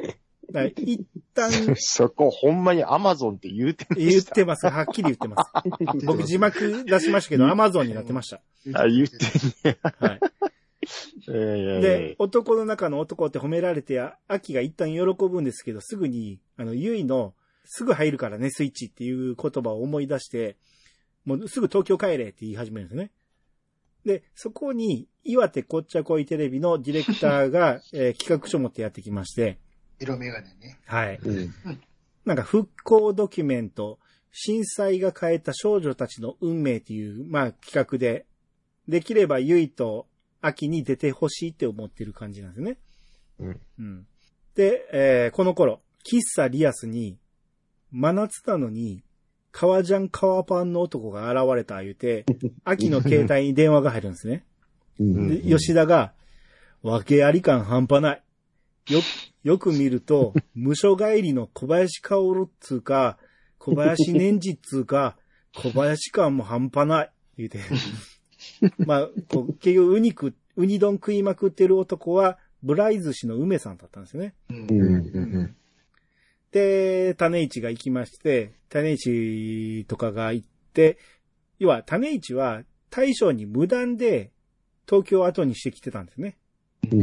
だ一旦、 そこほんまにアマゾンって言うてました。 言ってます。はっきり言ってます。僕字幕出しましたけど、アマゾンになってました。 あ、言ってんね。はい。 えー、で、男の中の男って褒められて、秋が一旦喜ぶんですけど、すぐに、あの、ゆいの、すぐ入るからね、スイッチっていう言葉を思い出して、もうすぐ東京帰れって言い始めるんですね。で、そこに、岩手こっちゃこいテレビのディレクターが、えー、企画書を持ってやってきまして。 色眼鏡ね。 はい。うん、なんか復興ドキュメント、震災が変えた少女たちの運命っていう、まあ企画で、できればゆいと秋に出てほしいって思ってる感じなんですね。うん。うん、で、えー、この頃、喫茶リアスに、真夏なのに、革ジャン革パンの男が現れた言うて、秋の携帯に電話が入るんですね。で吉田が、訳あり感半端ない。よ、よく見ると、無所帰りの小林薫っつうか、小林年次っつうか、小林感も半端ない。言うて。まあ、こう結局ウニ食、ウニ丼食いまくってる男は、ブライ寿司の梅さんだったんですよね。うんうんうんで、種市が行きまして、種市とかが行って、要は種市は大将に無断で東京を後にしてきてたんですね。うんうん、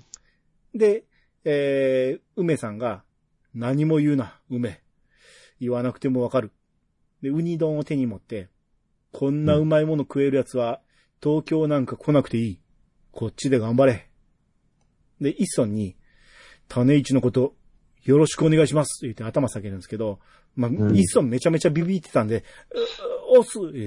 で、えー、梅さんが、何も言うな、梅。言わなくてもわかる。で、ウニ丼を手に持って、こんなうまいもの食えるやつは、東京なんか来なくていい。こっちで頑張れ。で、一村に、種市のこと、よろしくお願いします。言って頭下げるんですけど、まあ、うん、一村めちゃめちゃビビってたんで、押す言って。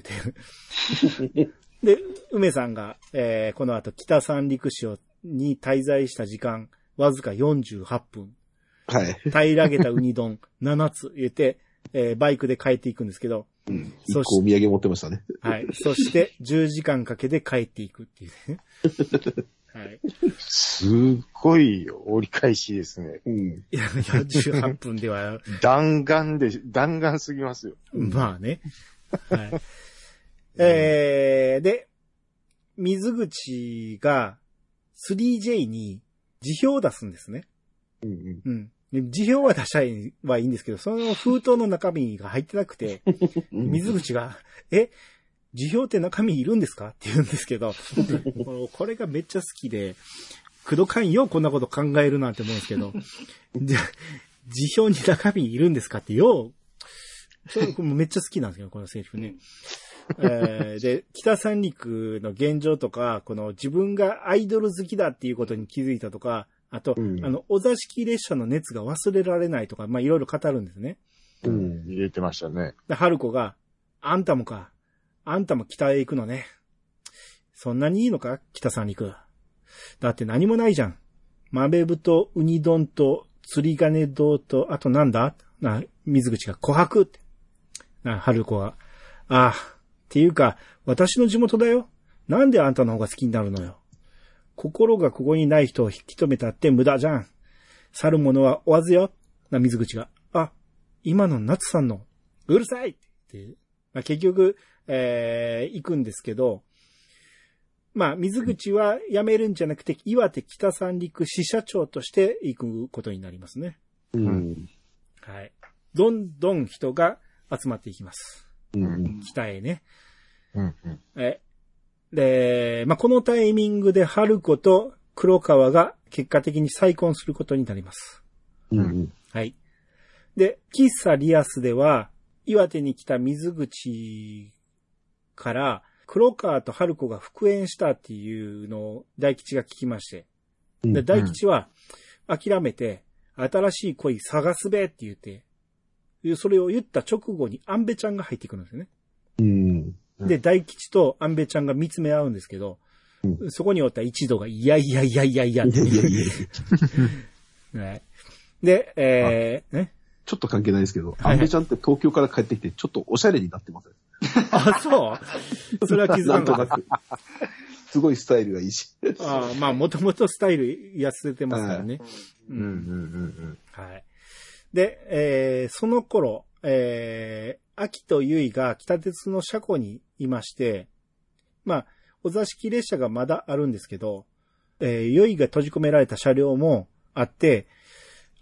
で、梅さんが、えー、この後北三陸市に滞在した時間、わずかよんじゅうはっぷん。はい。平らげたウニ丼ななつ言って、えー、バイクで帰っていくんですけど、 うん。一個お土産持ってましたね。 はい。そしてじゅうじかんかけて帰っていくっていうね。はい。 すごい折り返しですね。 うん。いや、よんじゅうはっぷんでは。 弾丸で、弾丸すぎますよ。 まあね。はい。えー、で、水口が スリージェイ に辞表を出すんですね。うん、うん。うん。辞表は出しゃいはいいんですけど、その封筒の中身が入ってなくて、水口が、え辞表って中身いるんですかって言うんですけど、これがめっちゃ好きで、くどかんよ、こんなこと考えるなんて思うんですけど、で辞表に中身いるんですかってよう、それめっちゃ好きなんですよ、このセリフね。えー、で、北三陸の現状とか、この自分がアイドル好きだっていうことに気づいたとか、あと、うん、あの、お座敷列車の熱が忘れられないとか、まあ、いろいろ語るんですね。 うん、入れてましたね。 で、春子が、あんたもか、あんたも北へ行くのね。そんなにいいのか北三陸。だって何もないじゃん。豆腐とウニ丼と釣り鐘堂と、あとなんだな、水口が琥珀って。な、春子が、ああ、っていうか、私の地元だよ。なんであんたの方が好きになるのよ。心がここにない人を引き止めたって無駄じゃん。去る者は追わずよ。な、水口が。あ、今の夏さんの、うるさいって、まあ、結局、えー、行くんですけど、まあ、水口は辞めるんじゃなくて、岩手北三陸支社長として行くことになりますね。うん。はい。どんどん人が集まっていきます。うん。北へね。うん。え、で、まあ、このタイミングで春子と黒川が結果的に再婚することになります。うん。はい。で、喫茶リアスでは、岩手に来た水口から、黒川と春子が復縁したっていうのを大吉が聞きまして。で、大吉は諦めて、新しい恋探すべって言って、それを言った直後にアンベちゃんが入ってくるんですよね。うん、で、大吉とアンベちゃんが見つめ合うんですけど、うん、そこにおった一度が、いやいやいやいやいやって。いやいやいやで、えー、ね。 ちょっと関係ないですけど、アンベちゃんって東京から帰ってきて、ちょっとおしゃれになってます。 あ、そうそれは気づかなかった。 すごいスタイルがいいし。 ああ、まあ、もともとスタイル痩せてますからね。 うん、うん、うん、うん。 はい。で、えー、その頃、えー、秋と結衣が北鉄の車庫にいまして、まあ、お座敷列車がまだあるんですけど、えー、結衣が閉じ込められた車両もあって、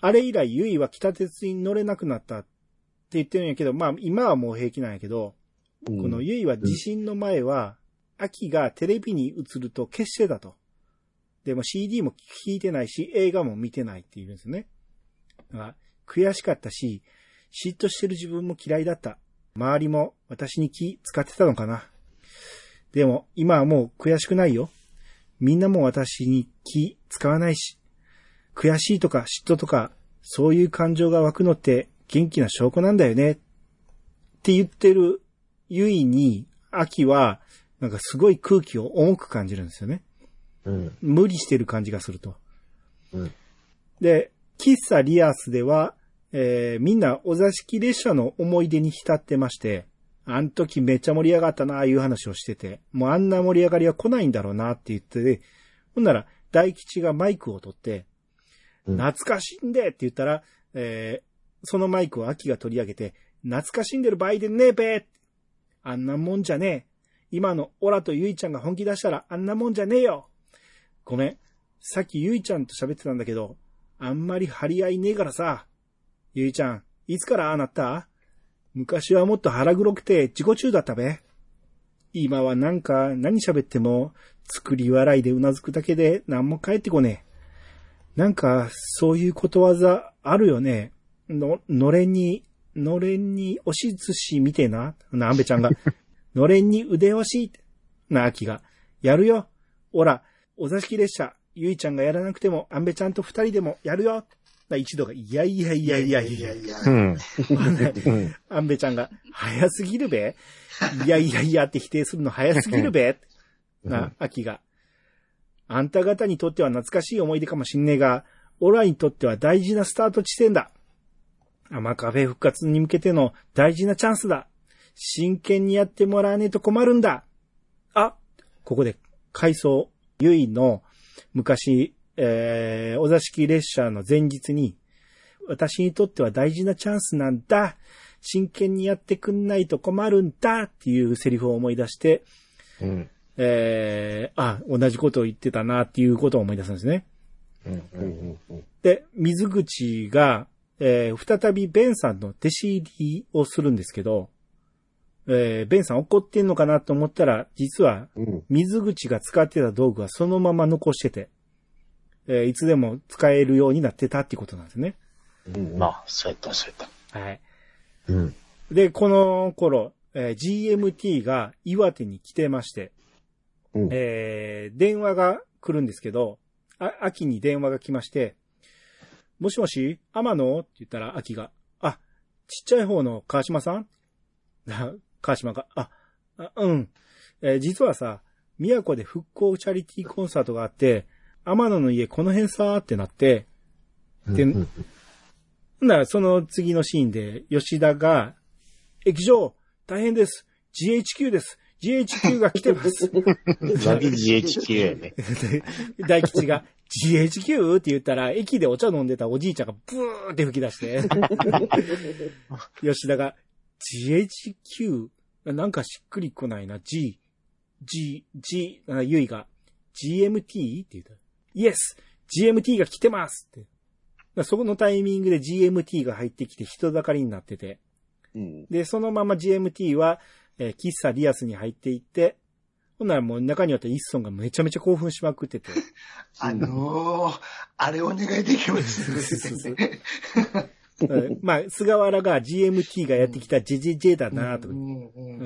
あれ以来、ゆいは北鉄に乗れなくなったって言ってるんやけど、まあ、今はもう平気なんやけど、うん、このゆいは地震の前は、アキがテレビに映ると消してたと。でも シーディー も聞いてないし、映画も見てないって言うんですよね。だから悔しかったし、嫉妬してる自分も嫌いだった。周りも私に気使ってたのかな。でも今はもう悔しくないよ。みんなも私に気使わないし、悔しいとか嫉妬とかそういう感情が湧くのって元気な証拠なんだよね。って言ってるゆいに、アキはなんかすごい空気を重く感じるんですよね。うん、無理してる感じがすると。うん、で、喫茶リアスでは、えー、みんなお座敷列車の思い出に浸ってまして、あん時めっちゃ盛り上がったなあいう話をしてて、もうあんな盛り上がりは来ないんだろうなって言ってて、ほんなら大吉がマイクを取って、うん、懐かしんでって言ったら、えー、そのマイクをアキが取り上げて、懐かしんでる場合でねえべあんなもんじゃねえ。今のオラとユイちゃんが本気出したらあんなもんじゃねえよ。ごめん。さっきユイちゃんと喋ってたんだけど、あんまり張り合いねえからさ。ユイちゃん、いつからああなった？昔はもっと腹黒くて自己中だったべ。今はなんか何喋っても作り笑いでうなずくだけで何も返ってこねえ。なんかそういうことわざあるよね。の、のれんに、のれんに押し寿司みてえな。な、アンベちゃんが。のれんに腕押し。な、アキが。やるよ。おら、お座敷列車、ゆいちゃんがやらなくても、アンベちゃんと二人でもやるよ。一度が、いやいやいやいやいやいや。うん。アンベちゃんが、早すぎるべ。いやいやいやって否定するの早すぎるべ。な、アキが。あんた方にとっては懐かしい思い出かもしんねえが、オラにとっては大事なスタート地点だ。アマカフェ復活に向けての大事なチャンスだ。真剣にやってもらわねえと困るんだ。あ、ここで、回想、ゆいの昔、えー、お座敷列車の前日に、私にとっては大事なチャンスなんだ。真剣にやってくんないと困るんだっていうセリフを思い出して、うん、えー、あ、同じことを言ってたなっていうことを思い出すんですね。うんうんうん、で、水口が、えー、再びベンさんの弟子入りをするんですけど、えー、ベンさん怒ってんのかなと思ったら、実は、水口が使ってた道具はそのまま残してて、えー、いつでも使えるようになってたっていうことなんですね。 うん、まあ、そうやった、そうやった。 はい。うん。で、この頃、えー、ジーエムティー が岩手に来てまして、うん、えー、電話が来るんですけど、あ、秋に電話が来まして、もしもし、天野って言ったら秋が、あ、ちっちゃい方の川島さん川島が、あ、あうん、えー。実はさ、宮古で復興チャリティーコンサートがあって、天野の家この辺さーってなって、で、うんうん、ならその次のシーンで吉田が、液状大変です。ジーエイチキュー です。ジーエイチキュー が来てます。 なんで ジーエイチキュー やね。 大吉が ジーエイチキュー って言ったら、駅でお茶飲んでたおじいちゃんがブーって吹き出して、吉田が ジーエイチキュー なんかしっくりこないな。G、G、G、ゆいが ジーエムティー って言ったら、イエス ジーエムティー が来てますって。そこのタイミングで ジーエムティー が入ってきて人だかりになってて、うん、で、そのまま ジーエムティー は、えー、喫茶リアスに入っていって、ほんならもう中にはイッソンがめちゃめちゃ興奮しまくってて。 あのー、あれお願いできますまあ、菅原が ジーエムティー がやってきた ジェジェジェ だなとか、うんうん。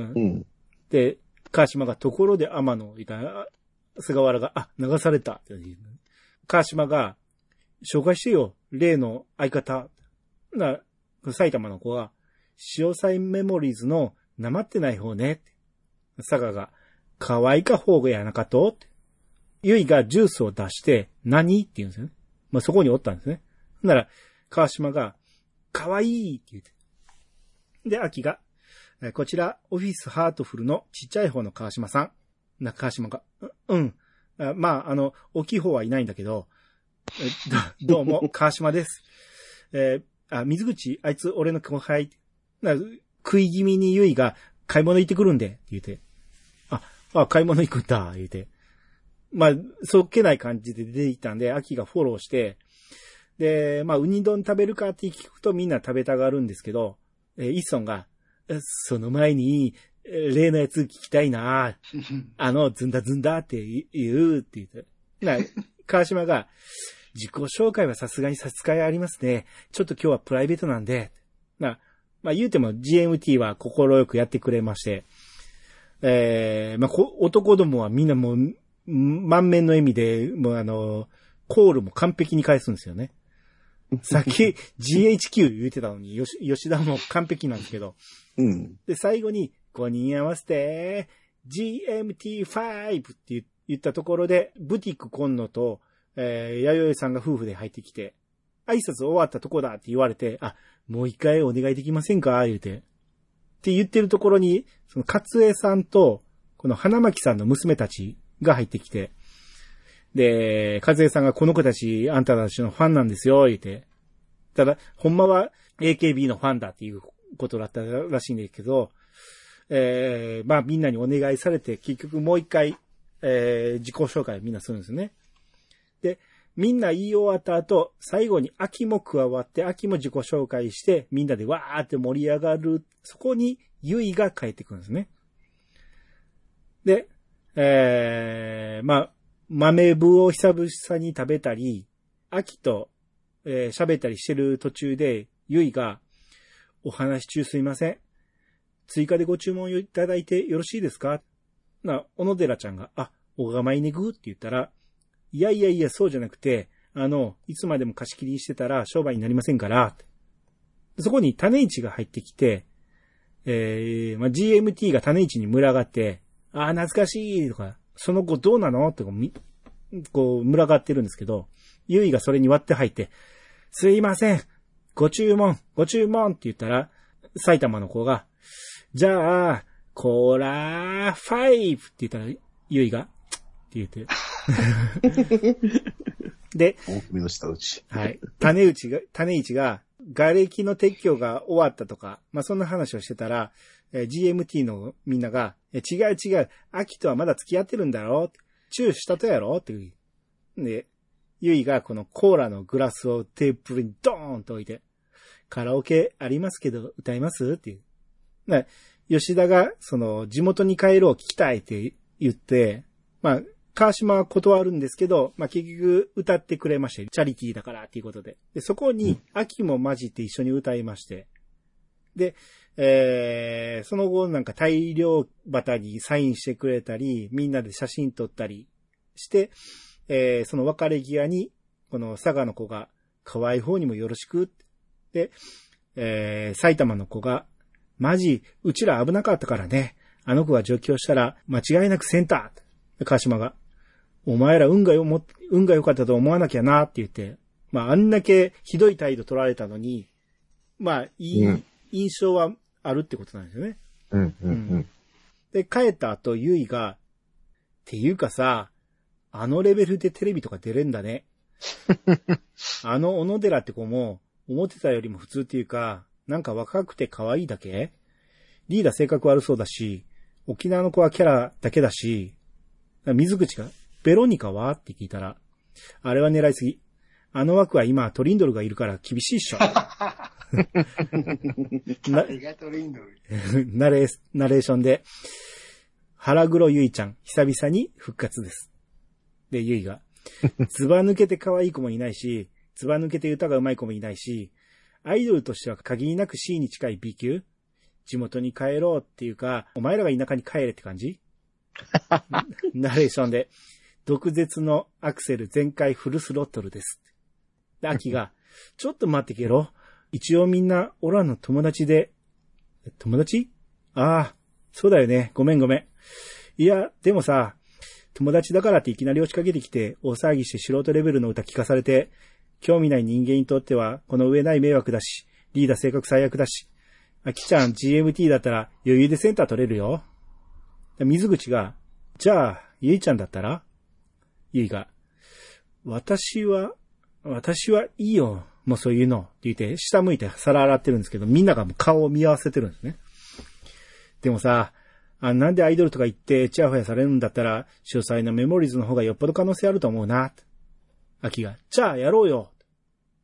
で、川島がところで天野いたら、菅原が、あ、流されたって言う。川島が、紹介してよ、例の相方。な、埼玉の子が、潮騒メモリーズのなまってない方ねって。佐賀が、可愛いか方がやなかとって。ゆいがジュースを出して、何って言うんですよね。まあ、そこにおったんですね。なら、川島が、可愛いって言って。で、秋が、こちら、オフィスハートフルのちっちゃい方の川島さん。な、川島が、う、うん。あまあ、あの、大きい方はいないんだけど、ど, どうも、川島です。えー、あ、水口、あいつ俺の後輩。な食い気味にゆいが買い物行ってくるんで、言うて。あ、あ、買い物行くんだ、言うて。まあ、そっけない感じで出てきたんで、秋がフォローして、 で、まあ、ウニ丼食べるかって聞くとみんな食べたがるんですけど、えー、イッソンが、その前に、例のやつ聞きたいなあの、ずんだずんだって言うって言って。な、川島が、自己紹介はさすがに差し支えありますね。ちょっと今日はプライベートなんで。な、まあ言うても ジーエムティー は心よくやってくれまして、えー、まあ男どもはみんなもう、満面の笑みで、もうあの、コールも完璧に返すんですよね。さっき ジーエイチキュー 言ってたのに、よし、吉田も完璧なんですけど。 うん。 で、最後に、ごにん合わせて、ジーエムティーファイブ って言ったところで、ブティック今野と、えー、弥生さんが夫婦で入ってきて、挨拶終わったとこだって言われて、あ、もう一回お願いできませんか言うて。って言ってるところに、その勝江さんと、この花巻さんの娘たちが入ってきて、で、勝江さんがこの子たち、あんたたちのファンなんですよ、言うて。ただ、ほんまは エーケービー のファンだっていうことだったらしいんですけど、えー、まあみんなにお願いされて、結局もう一回、えー、自己紹介をみんなするんですね。で、みんな言い終わった後、最後に秋も加わって、秋も自己紹介して、みんなでわーって盛り上がる。そこに、ゆいが帰ってくるんですね。で、えー、まあ、豆部を久々に食べたり、秋と、えー、喋ったりしてる途中で、ゆいが、お話中すいません。追加でご注文いただいてよろしいですかな、小野寺ちゃんが、あ、おがまいねぐって言ったら、いやいやいや、そうじゃなくて、あの、いつまでも貸し切りにしてたら商売になりませんから、そこに種市が入ってきて、えー、まあ、ジーエムティー が種市に群がって、あ、懐かしいとか、その後どうなのってこう、こう群がってるんですけど、ゆいがそれに割って入って、すいません、ご注文、ご注文って言ったら、埼玉の子が、じゃあ、コーラファイブって言ったら、ゆいが、って言って。で、 大きめの下打ち。 はい。種市が、種市が、瓦礫の撤去が終わったとか、まあ、そんな話をしてたら、えー、ジーエムティー のみんなが、え違う違う、秋とはまだ付き合ってるんだろうチューしたとやろって言う。で、ゆいがこのコーラのグラスをテーブルにドーンと置いて、カラオケありますけど歌いますっていう。ね、吉田が、その、地元に帰ろう聞きたいって言って、まあ、川島は断るんですけど、まあ、結局歌ってくれまして、チャリティーだからっていうことで。で、そこに、秋も混じって一緒に歌いまして。で、えー、その後なんか大量旗にサインしてくれたり、みんなで写真撮ったりして、えー、その別れ際に、この佐賀の子が、可愛い方にもよろしく。で、えー、埼玉の子が、マジ、うちら危なかったからね。あの子が上京したら、間違いなくセンター。川島が、お前ら運がよも、運が良かったと思わなきゃなって言って、まあ、あんだけひどい態度取られたのに、まあ、いい、うん、印象はあるってことなんですよね。 うん、うん、うん。 で、帰った後、ゆいが、っていうかさ、あのレベルでテレビとか出れんだね。あの小野寺って子も、思ってたよりも普通っていうか、なんか若くて可愛いだけ？リーダー性格悪そうだし、沖縄の子はキャラだけだし、水口が、ベロニカはって聞いたら、あれは狙いすぎ。あの枠は今トリンドルがいるから厳しいっしょ。 誰がトリンドルナレー、ナレーションで、腹黒ゆいちゃん、久々に復活です。で、ゆいが、ずば抜けて可愛い子もいないし、ずば抜けて歌が上手い子もいないし、アイドルとしては限りなく C に近い B 級？地元に帰ろうっていうか、お前らが田舎に帰れって感じナレーションで、毒舌のアクセル全開フルスロットルです。で、アキが、ちょっと待ってけろ。一応みんな、オラの友達で、友達？ああ、そうだよね。ごめんごめん。いや、でもさ、友達だからっていきなり押しかけてきて、大騒ぎして素人レベルの歌聞かされて、興味ない人間にとっては、この上ない迷惑だし、リーダー性格最悪だし、あきちゃん ジーエムティー だったら余裕でセンター取れるよ。水口が、じゃあ、ゆいちゃんだったら？ゆいが、私は、私はいいよ。もうそういうの。って言って、下向いて皿洗ってるんですけど、みんながもう顔を見合わせてるんですね。でもさ、あ、なんでアイドルとか言ってチヤホヤされるんだったら、詳細なメモリーズの方がよっぽど可能性あると思うな。秋が、じゃあやろうよ。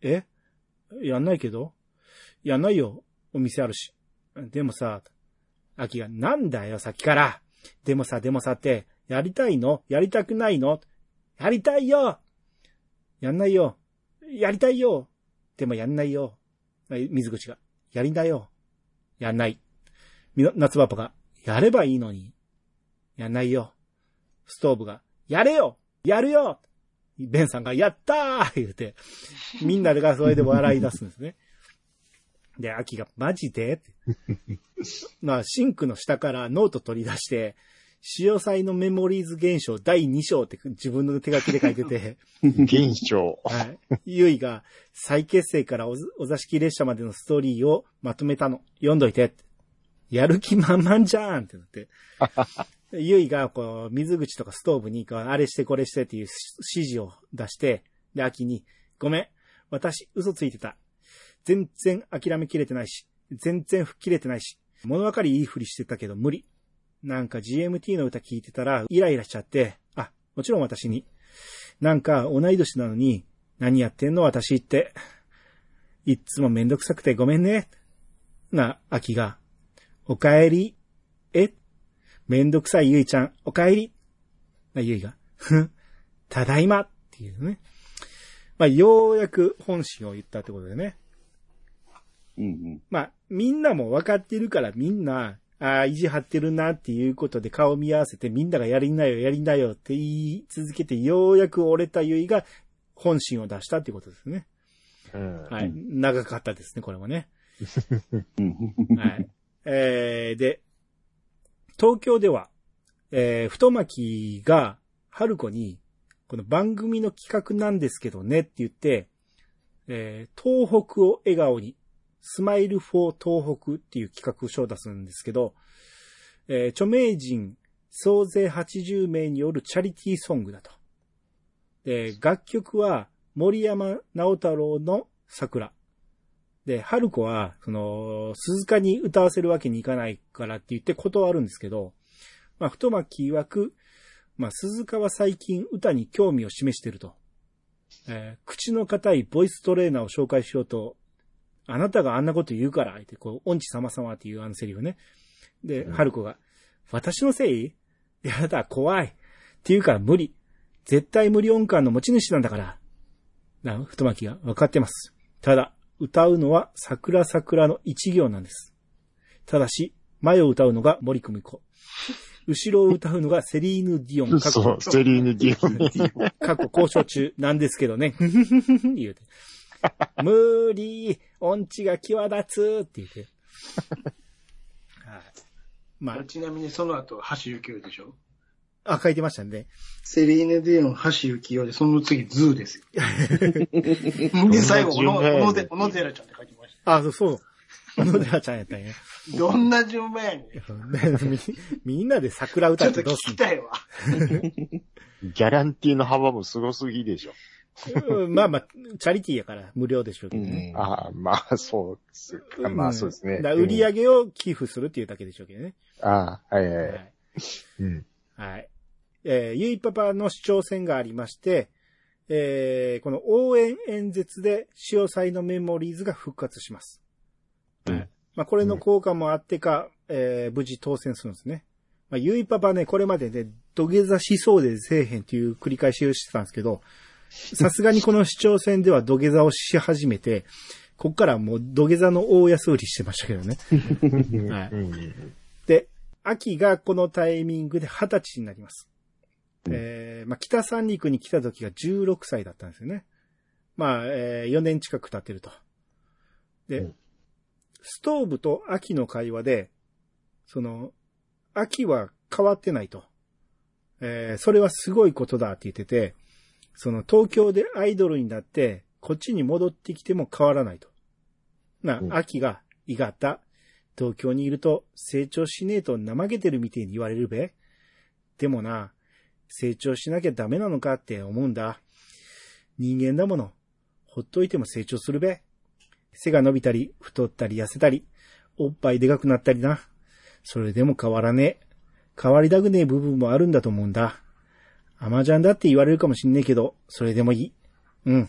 えやんないけどやんないよ。お店あるし。でもさ、アキが、なんだよ、さっきから。でもさ、でもさって、やりたいの？やりたくないの？やりたいよ！やんないよ。やりたいよ。でもやんないよ。水口が、やりなよ。やんない。夏パパが、やればいいのに。やんないよ。ストーブが、やれよ！やるよ！ベンさんが、やったー言うて、みんながそれで笑い出すんですね。で、アキが、マジでまあ、シンクの下からノート取り出して、潮騒のメモリーズ現象だいに章って自分の手書きで書いてて。 現象。 はい。ゆいが、再結成からお座敷列車までのストーリーをまとめたの。読んどいて。やる気満々じゃーんってなって。ゆいが、こう、水口とかストーブに、あれしてこれしてっていう指示を出して、で、アキに、ごめん、私、嘘ついてた。全然諦めきれてないし、全然吹っ切れてないし、物分かりいいふりしてたけど無理。なんか ジーエムティー の歌聞いてたらイライラしちゃって、あ、もちろん私に。なんか同い年なのに、何やってんの私って。いっつもめんどくさくてごめんね。な、アキが、おかえり。え？めんどくさいゆいちゃん、おかえり。な、ゆいが、ふん、ただいまっていうね。まあ、ようやく本心を言ったってことでね。 うんうん。 まあ、みんなも分かってるからみんな、ああ、意地張ってるなっていうことで顔見合わせてみんながやりなよ、やりなよって言い続けてようやく折れたゆいが本心を出したっていうことですね。 うん、 はい。長かったですね、これもね。はい。えー、で、東京では、えー、太巻が春子にこの番組の企画なんですけどねって言って、えー、東北を笑顔にスマイルフォー東北っていう企画書を出すんですけど、えー、著名人総勢はちじゅうめいによるチャリティーソングだと。で、楽曲は森山直太朗の桜。で、春子は、その、鈴鹿に歌わせるわけにいかないからって言って断るんですけど、まあ、太巻曰く、まあ、鈴鹿は最近歌に興味を示していると。えー、口の固いボイストレーナーを紹介しようと、あなたがあんなこと言うから、って、こう、音痴様様っていうあのセリフね。で、うん、春子が、私のせい？やだ、怖い。って言うから無理。絶対無理音感の持ち主なんだから。な、太巻が分かってます。ただ、歌うのは桜桜の一行なんです。ただし、前を歌うのが森久美子。後ろを歌うのがセリーヌ・ディオン。 そう、セリーヌ・ディオン。 過去交渉中なんですけどね。言うて。無理、音痴が際立つって言って。はい。 まあ、ちなみにその後、橋幸夫でしょ？ あ、書いてましたね。 セリーヌ・ディオン、橋幸夫で、その次、ズーですよ。で、最後、小野寺ちゃんって書いてました。 あ、そうそう。小野寺ちゃんやったんや。 どんな順番やねん。 みんなで桜歌ってどうすんの？ ちょっと聞きたいわ。 ギャランティーの幅もすごすぎでしょ。 まあまあ、チャリティーやから無料でしょうけどね。 うん、ああ、まあ、そうですか。まあ、そうですね。 うん、だ売り上げを寄付するっていうだけでしょうけどね。 ああ、はいはいはい。はい。 うん。はい。えー、ゆいパパの市長選がありまして、えー、この応援演説で潮騒のメモリーズが復活します。うん。まあ、これの効果もあってか、うん、えー、無事当選するんですね。まあ、ゆいパパね、これまでね、土下座しそうでせえへんっていう繰り返しをしてたんですけど、さすがにこの市長選では土下座をし始めて、こっからもう土下座の大安売りしてましたけどね。はい。で、秋がこのタイミングで二十歳になります。うん、えー、まあ、北三陸に来た時がじゅうろくさいだったんですよね。まあ、えー、よねん近く経ってると。で、うん、ストーブと秋の会話で、その、秋は変わってないと。えー、それはすごいことだって言ってて、その東京でアイドルになって、こっちに戻ってきても変わらないと。な、うん、秋が、いがった。東京にいると成長しねえと怠けてるみてえに言われるべ。でもな、成長しなきゃダメなのかって思うんだ。人間だもの。ほっといても成長するべ。背が伸びたり、太ったり痩せたり、おっぱいでかくなったりな。それでも変わらねえ。変わりたくねえ部分もあるんだと思うんだ。甘ちゃんだって言われるかもしんねえけど、それでもいい。うん。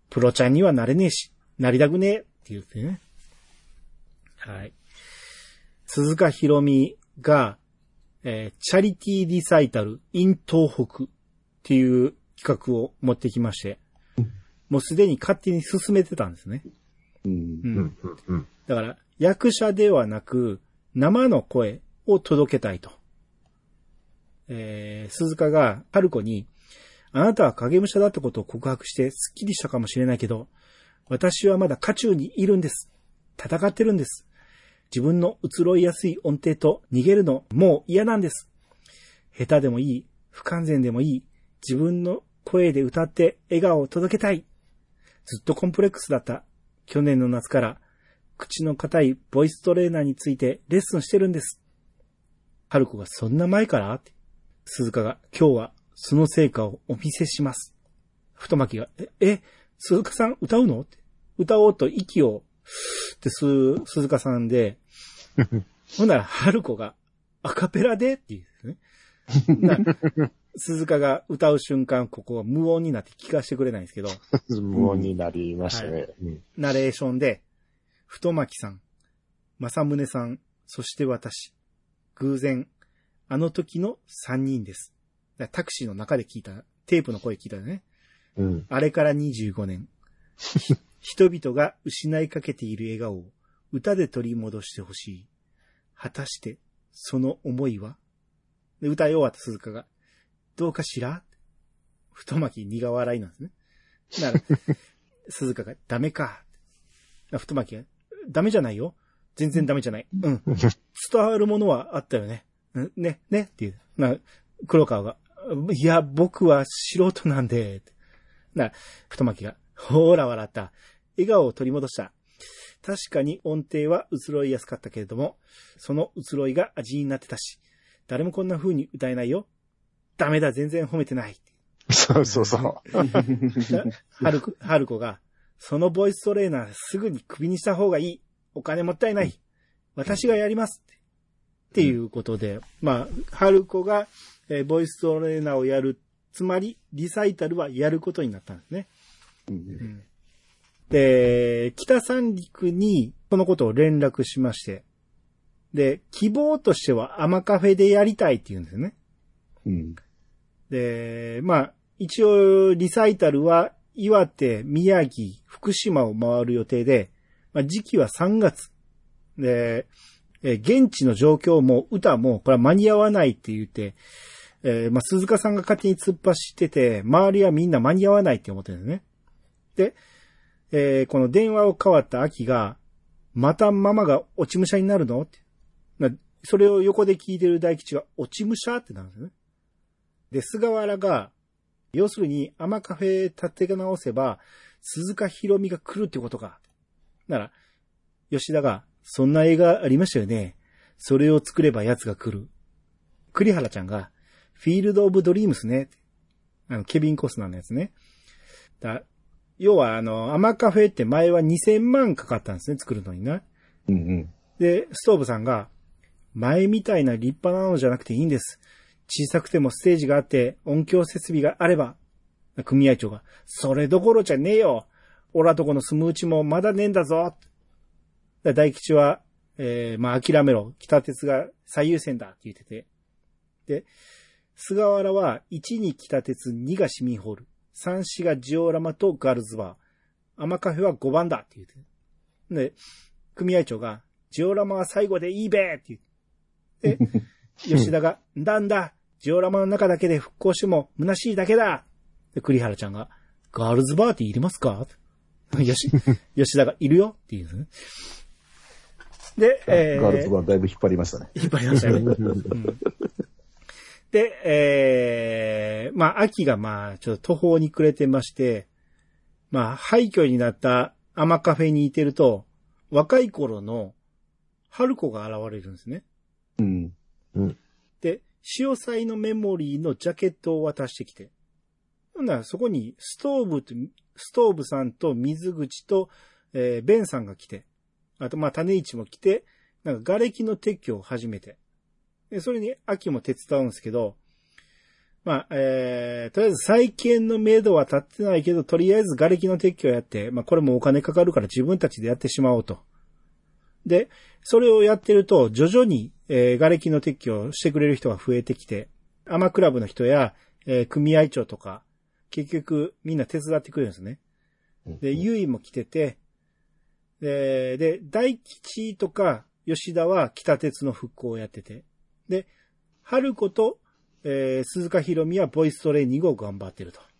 プロちゃんにはなれねえし、なりたくねえって言ってね。はい。鈴鹿ひろみが、えー、チャリティーリサイタル in 東北っていう企画を持ってきまして、もうすでに勝手に進めてたんですね。うんうんうん、だから、役者ではなく、生の声を届けたいと。えー、鈴鹿が春子に、あなたは影武者だってことを告白してスッキリしたかもしれないけど、私はまだ渦中にいるんです。戦ってるんです。自分の移ろいやすい音程と逃げるのもう嫌なんです。下手でもいい、不完全でもいい、自分の声で歌って笑顔を届けたい。ずっとコンプレックスだった去年の夏から口の硬いボイストレーナーについてレッスンしてるんです。春子がそんな前からって鈴鹿が今日はその成果をお見せします。太巻が、え、え、鈴鹿さん歌うのって。歌おうと息を、ってす、鈴鹿さんで、ほんなら春子がアカペラでって言うんですね。鈴鹿が歌う瞬間、ここは無音になって聞かせてくれないんですけど。 無音になりましたね。はいうん、ナレーションで、太巻さん、正宗さん、そして私、偶然、あの時の三人です。タクシーの中で聞いた、テープの声聞いたね。うん、あれからにじゅうごねん。人々が失いかけている笑顔を歌で取り戻してほしい。果たして、その思いはで歌い終わった鈴鹿が、どうかしら太巻苦笑いなんですね。なら、鈴鹿が、ダメか。太巻が、ダメじゃないよ。全然ダメじゃない。うん。伝わるものはあったよね。ね、ねっていう。な、黒川が、いや、僕は素人なんで。な、太巻が、ほーら笑った。笑顔を取り戻した。確かに音程は移ろいやすかったけれども、その移ろいが味になってたし、誰もこんな風に歌えないよ。ダメだ、全然褒めてない。 そうそうそう。 はるこ、はるこが、そのボイストレーナーすぐにクビにした方がいい。お金もったいない。私がやります。っていうことで、うん、まあ、はるこが、えー、ボイストレーナーをやる。つまり、リサイタルはやることになったんですね。うんうん、で、北三陸にそのことを連絡しまして、で、希望としてはアマカフェでやりたいって言うんですよね。うん、で、まあ、一応リサイタルは岩手、宮城、福島を回る予定で、まあ、時期はさんがつ。で、え現地の状況も歌もこれは間に合わないって言って、えー、まあ、鈴鹿さんが勝手に突っ走ってて、周りはみんな間に合わないって思ってるんですね。で、えー、この電話を変わった秋が、またママが落ち武者になるのって。それを横で聞いてる大吉が、落ち武者ってなるんですね。で、菅原が、要するに、アマカフェ立て直せば、鈴鹿ひろみが来るってことか。なら、吉田が、そんな映画ありましたよね。それを作れば奴が来る。栗原ちゃんが、フィールド・オブ・ドリームスね。あの、ケビン・コスナーのやつね。だ要は、あの、アマカフェって前はにせんまんかかったんですね、作るのにな。うんうん。で、ストーブさんが、前みたいな立派なのじゃなくていいんです。小さくてもステージがあって、音響設備があれば。組合長が、それどころじゃねえよ。オラとこの住むうちもまだねえんだぞ。大吉は、えー、まあ、諦めろ。北鉄が最優先だって言ってて。で、菅原はいちに北鉄、にが市民ホール、さん、よんがジオラマとガールズバー、アマカフェはごばんだって言って。で、組合長が、ジオラマは最後でいいべって言って。で、吉田が、なんだ、ジオラマの中だけで復興しても虚しいだけだ。で、栗原ちゃんが、ガールズバーっていりますかよし、吉田がいるよって言うんですね。で、 えー、ガールズバーだいぶ引っ張りましたね。 引っ張りましたね。うんで、えー、まあ、秋がまあ、ちょっと途方に暮れてまして、まあ、廃墟になったアマカフェにいてると、若い頃の春子が現れるんですね。うん。うん。で、潮祭のメモリーのジャケットを渡してきて、ほんならそこにストーブと、ストーブさんと水口と、えー、ベンさんが来て、あとまあ、種市も来て、なんか瓦礫の撤去を始めて、で、それに秋も手伝うんですけど、 まあ、えー、とりあえず再建の明度は立ってないけど、とりあえず瓦礫の撤去をやって、まあこれもお金かかるから自分たちでやってしまおうと。で、それをやってると、徐々に、えー、瓦礫の撤去をしてくれる人が増えてきて、アマクラブの人や、えー、組合長とか、結局みんな手伝ってくれるんですね。で、ユイも来てて、で、で、大吉とか吉田は北鉄の復興をやってて、で、春子と、えー、鈴鹿ひろみはボイストレーニングを頑張ってると。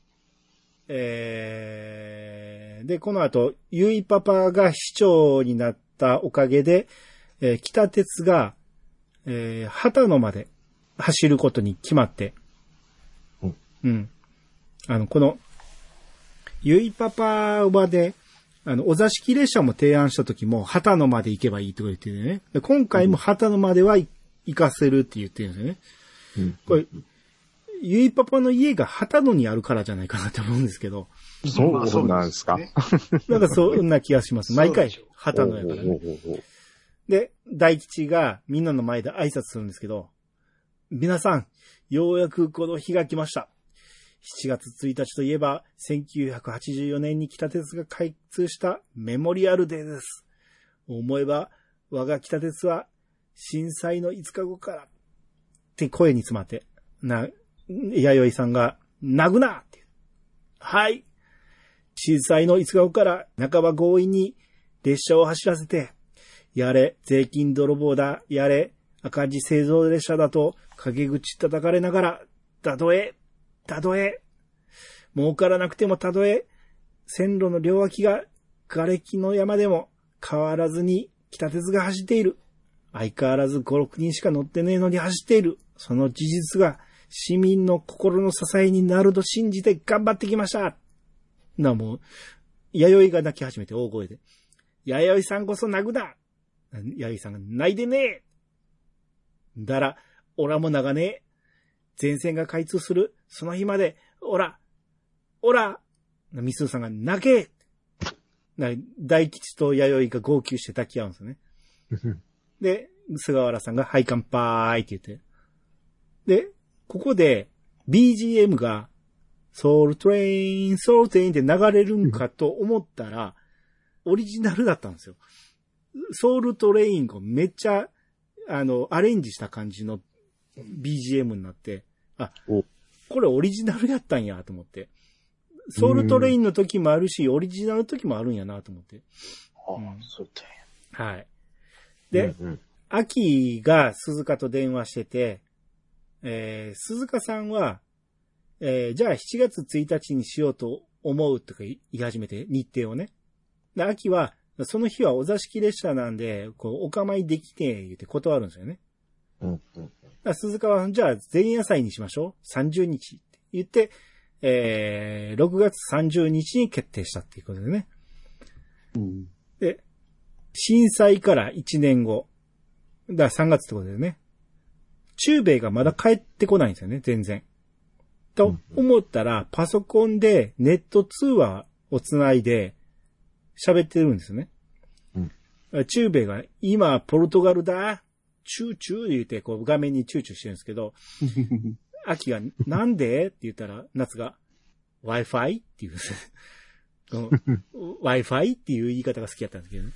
えー、で、この後、ゆいパパが市長になったおかげで、えー、北鉄が、えー、旗野まで走ることに決まって、うん。うん。あの、この、ゆいパパはね、あの、お座敷列車も提案した時も、旗野まで行けばいいとか言ってね。で今回も旗野までは行かせるって言ってるんですよね。うん、これ、ゆいパパの家が旗野にあるからじゃないかなって思うんですけど。 そうなんですか。 なんかそんな気がします。毎回旗野やからね。で、大吉がみんなの前で挨拶するんですけど、皆さん、ようやくこの日が来ました。しちがつついたちといえば、せんきゅうひゃくはちじゅうよねんに北鉄が開通したメモリアルデーです。思えば、我が北鉄は震災のいつかごから、って声に詰まって、な、弥生さんが、泣くなって。はい。震災のいつかごから半ば強引に列車を走らせて、やれ、税金泥棒だ、やれ、赤字製造列車だと、陰口叩かれながら、たとえ、たとえ、儲からなくてもたとえ、線路の両脇が瓦礫の山でも変わらずに北鉄が走っている。相変わらずご、ろくにんしか乗ってねえのに走っている。その事実が市民の心の支えになると信じて頑張ってきました。な、もう、弥生が泣き始めて大声で。弥生さんこそ泣くな。弥生さんが泣いてねえ。だら、おらも泣かねえ。全線が開通する、その日まで、おら、おら、みすーさんが泣けな大吉と弥生が号泣して抱き合うんですよね。で、菅原さんが、はい、乾杯って言って。で、ここで、ビージーエム が、ソウルトレイン、ソウルトレインって流れるんかと思ったら、オリジナルだったんですよ。ソウルトレインをめっちゃ、あの、アレンジした感じの ビージーエム になって、あ、これオリジナルやったんやと思って。ソウルトレインの時もあるし、オリジナルの時もあるんやなと思って。 ああ、うん、そうだよ。はい。で、うんうん、秋が鈴鹿と電話してて、えー、鈴鹿さんは、えー、じゃあしちがつついたちにしようと思うとか言い始めて、日程をね。で、秋は、その日はお座敷列車なんで、こう、お構いできて、言って断るんですよね。うんうん鈴鹿は、じゃあ前夜祭にしましょう。さんじゅうにちって言って、えー、ろくがつさんじゅうにちに決定したっていうことでね。うん、で、震災からいちねんご。だからさんがつってことでね。中米がまだ帰ってこないんですよね、全然。と思ったら、パソコンでネット通話をつないで喋ってるんですよね。うん、中米が今ポルトガルだ。チューチュー言うて、こう画面にチューチューしてるんですけど、秋がなんでって言ったら、夏が Wi-Fi って言うんですよ。Wi-Fi っていう言い方が好きだったんですけど、ね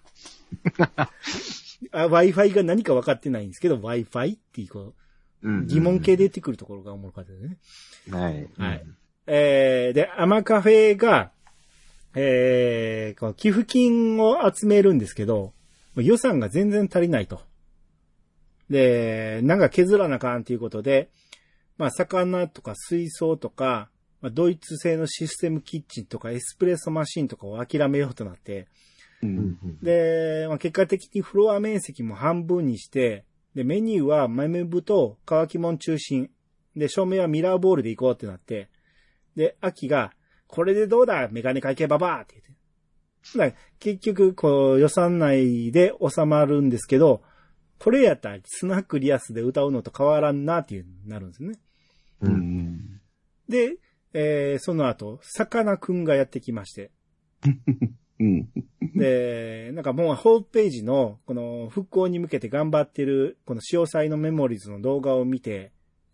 あ、Wi-Fi が何か分かってないんですけど、Wi-Fi っていうこう、疑問形で出てくるところがおもろかったですね。はい。はい。えー、で、アマカフェが、えー、この寄付金を集めるんですけど、予算が全然足りないと。で、なんか削らなあかんということで、まあ、魚とか水槽とか、まあ、ドイツ製のシステムキッチンとかエスプレッソマシンとかを諦めようとなって、うんうん、で、まあ、結果的にフロア面積も半分にして、で、メニューは豆腐と乾きもん中心。で、照明はミラーボールで行こうってなって、で、秋が、これでどうだメガネ会計ババーって言って。だから結局、こう、予算内で収まるんですけど、これやったらスナックリアスで歌うのと変わらんなっていうなるんですね。うん、で、えー、その後、さかなクンがやってきまして。うん、で、なんかもうホームページのこの復興に向けて頑張ってるこの潮騒のメモリーズの動画を見て、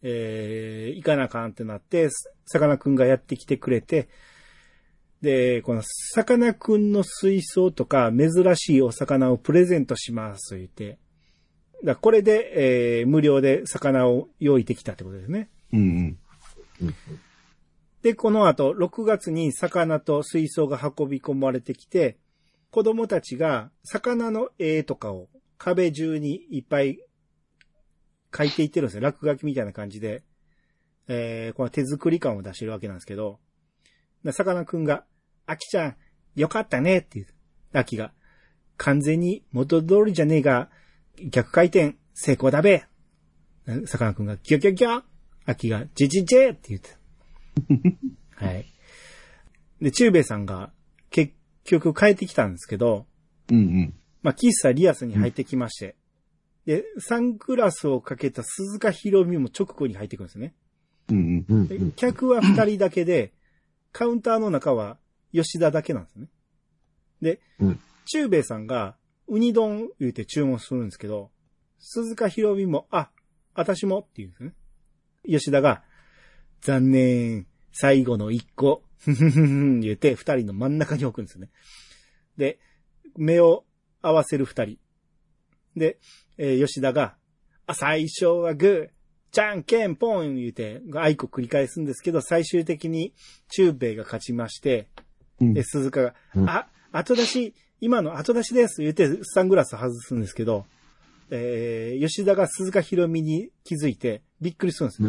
えー、行かなあかんってなって、さかなクンがやってきてくれて、で、このさかなクンの水槽とか珍しいお魚をプレゼントします言って、だこれで、えー、無料で魚を用意できたってことですね。うんうん、で、この後、ろくがつに魚と水槽が運び込まれてきて、子供たちが魚の絵とかを壁中にいっぱい描いていってるんですよ。落書きみたいな感じで、えー、この手作り感を出してるわけなんですけど、さかなクンが、アキちゃん、よかったねって言う。アキが、完全に元通りじゃねえが、逆回転、成功だべ。さかなクンが、ギョギョギョ。アキが、ジェジェジェって言って。はい。で、チュウベイさんが、結局帰ってきたんですけど、うんうん。まあ、喫茶リアスに入ってきまして、うん、で、サングラスをかけた鈴鹿ひろみも直後に入ってくるんですね。うんうんうん、客は二人だけで、カウンターの中は吉田だけなんですね。で、うん、チュウベイさんがウニ丼言うて注文するんですけど、鈴鹿ひろみも、あ、私もって言うんですね。吉田が、残念、最後の一個、ふふふふ言うて二人の真ん中に置くんですよね。で、目を合わせる二人。で、えー、吉田が、あ、最初はグー、じゃんけんポン言うて、あいこ繰り返すんですけど、最終的にチュウベイが勝ちまして、うん、で、鈴鹿が、うん、あ、後出し、今の後出しです言うて、サングラス外すんですけど、えー、吉田が鈴鹿ひろみに気づいて、びっくりするんですよ。うん、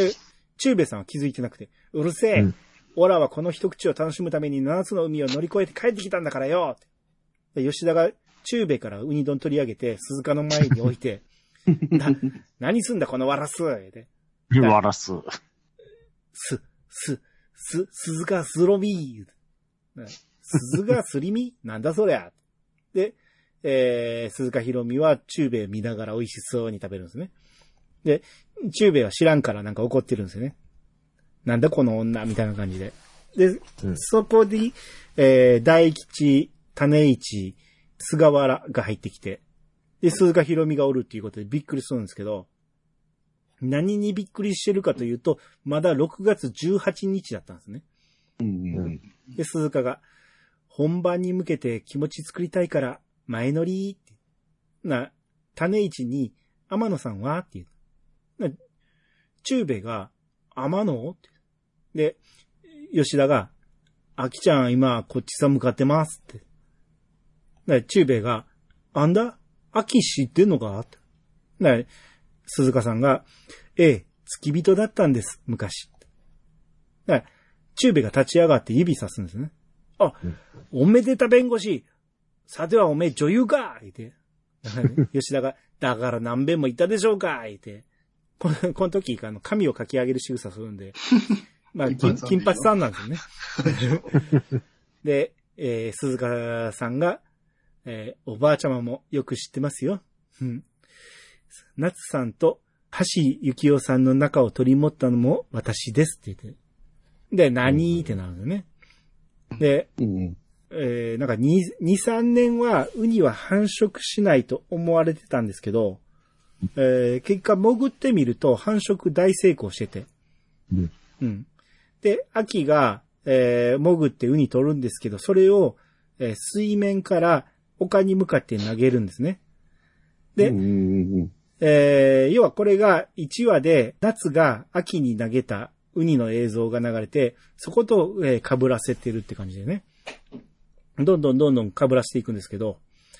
で、チュウベイさんは気づいてなくて、うるせえ、うん、オラはこの一口を楽しむために七つの海を乗り越えて帰ってきたんだからよで吉田がチュウベイからウニ丼取り上げて、鈴鹿の前に置いて、な、何すんだこのワラスで。 ワラス。 す、す、す、鈴鹿すろみ鈴鹿すりみなんだそりゃ。で、えー、鈴鹿ひろみはチュウベイ見ながら美味しそうに食べるんですね。で、チュウベイは知らんからなんか怒ってるんですよね。なんだこの女みたいな感じで。で、うん、そこで、えー、大吉、種市、菅原が入ってきて、で、鈴鹿ひろみがおるっていうことでびっくりするんですけど、何にびっくりしてるかというと、まだろくがつじゅうはちにちだったんですね。うんうん、で、鈴鹿が、本番に向けて気持ち作りたいから前乗りって。な、種市に天野さんはっていう。な、チュウベイが天野って。で、吉田が、あきちゃん今こっちさ向かってますって。な、チュウベイが、あんだアキ知ってんのかって。な、鈴鹿さんが、ええ、付き人だったんです、昔。な、チュウベイが立ち上がって指さすんですね。あ、うん、おめでた弁護士。さてはおめえ女優か言って。吉田が、だから何遍も言ったでしょうか言って。この、この時、あの、髪をかき上げる仕草するんで。まあ、金髪さんなんですよね。で、えー、鈴鹿さんが、えー、おばあちゃまもよく知ってますよ。うん。夏さんと橋幸夫さんの仲を取り持ったのも私ですって言って。で、何ってなるんですね。で、うんえー、なんかに、に、さんねんはウニは繁殖しないと思われてたんですけど、えー、結果潜ってみると繁殖大成功してて。うん。うん。で、秋が、えー、潜ってウニ取るんですけど、それを、えー、水面から丘に向かって投げるんですね。で、うんうんうんえー、要はこれがいちわで夏が秋に投げたウニの映像が流れて、そこと、えー、被らせてるって感じでね。どんどんどんどん被らしていくんですけど、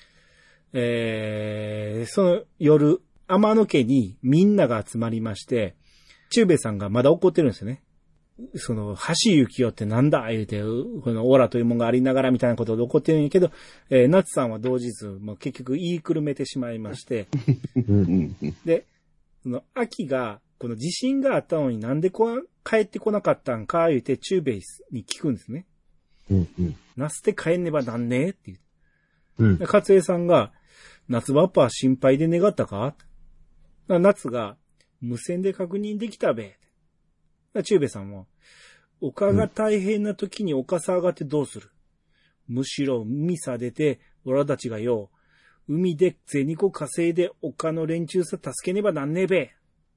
えー、その夜、天野家にみんなが集まりまして、チュウベイさんがまだ怒ってるんですよね。その、橋幸夫ってなんだ言うて、このオラというもんがありながらみたいなことで怒ってるんやけど、えー、夏さんは同日、まあ、結局言いくるめてしまいまして、で、その、秋が、この地震があったのになんでこ帰ってこなかったんか言うて、チュウベイに聞くんですね。うんうん、ナスで帰んねばなんねえって言う。うん、勝江さんが、夏バッパは心配で願ったか夏が、無線で確認できたべ。チュウベイさんも、丘が大変な時に丘さ上がってどうする、うん、むしろ海さ出て、俺らたちがよ、海で銭子稼いで丘の連中さ助けねばなんねえべ。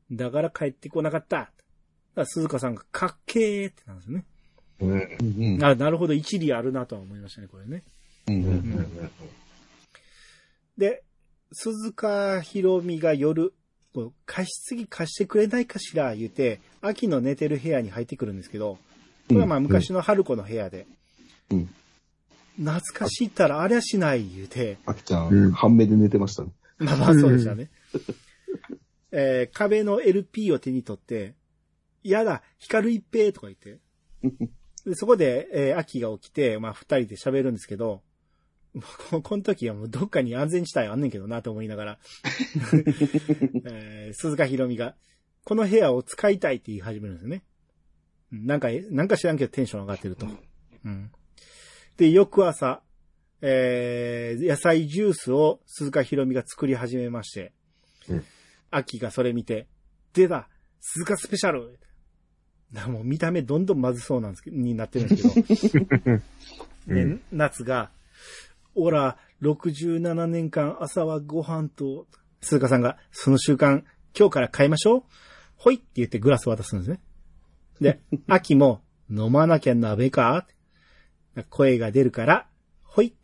だから帰ってこなかった。だから鈴鹿さんがかっけーってなんですよね。うん、あ、なるほど、一理あるなとは思いましたね、これね。うんうんうん、で、鈴鹿ひろみが夜、加湿器貸してくれないかしら言うて、秋の寝てる部屋に入ってくるんですけど、これはまあ昔の春子の部屋で、うん、懐かしいったらありゃしない言うて、 秋ちゃん、うん、半目で寝てましたね。 まあまあそうでしたね。えー、壁の エルピー を手に取って、やだ、光一平とか言って、でそこで、えー、秋が起きて、まあ二人で喋るんですけど、この時はもうどっかに安全地帯あんねんけどなと思いながら、えー、鈴鹿ひろみが、この部屋を使いたいって言い始めるんですよね。なんか、なんか知らんけどテンション上がってると。うん、で、翌朝、えー、野菜ジュースを鈴鹿ひろみが作り始めまして、うん、秋がそれ見て、出た鈴鹿スペシャルだもう見た目どんどんまずそうなんですけど、になってるんですけど、うん、で夏が、おら、ろくじゅうななねんかん朝はご飯と、鈴鹿さんが、その習慣、今日から変えましょう。ほいって言ってグラス渡すんですね。で、秋も、飲まなきゃ鍋か声が出るから、ほいって。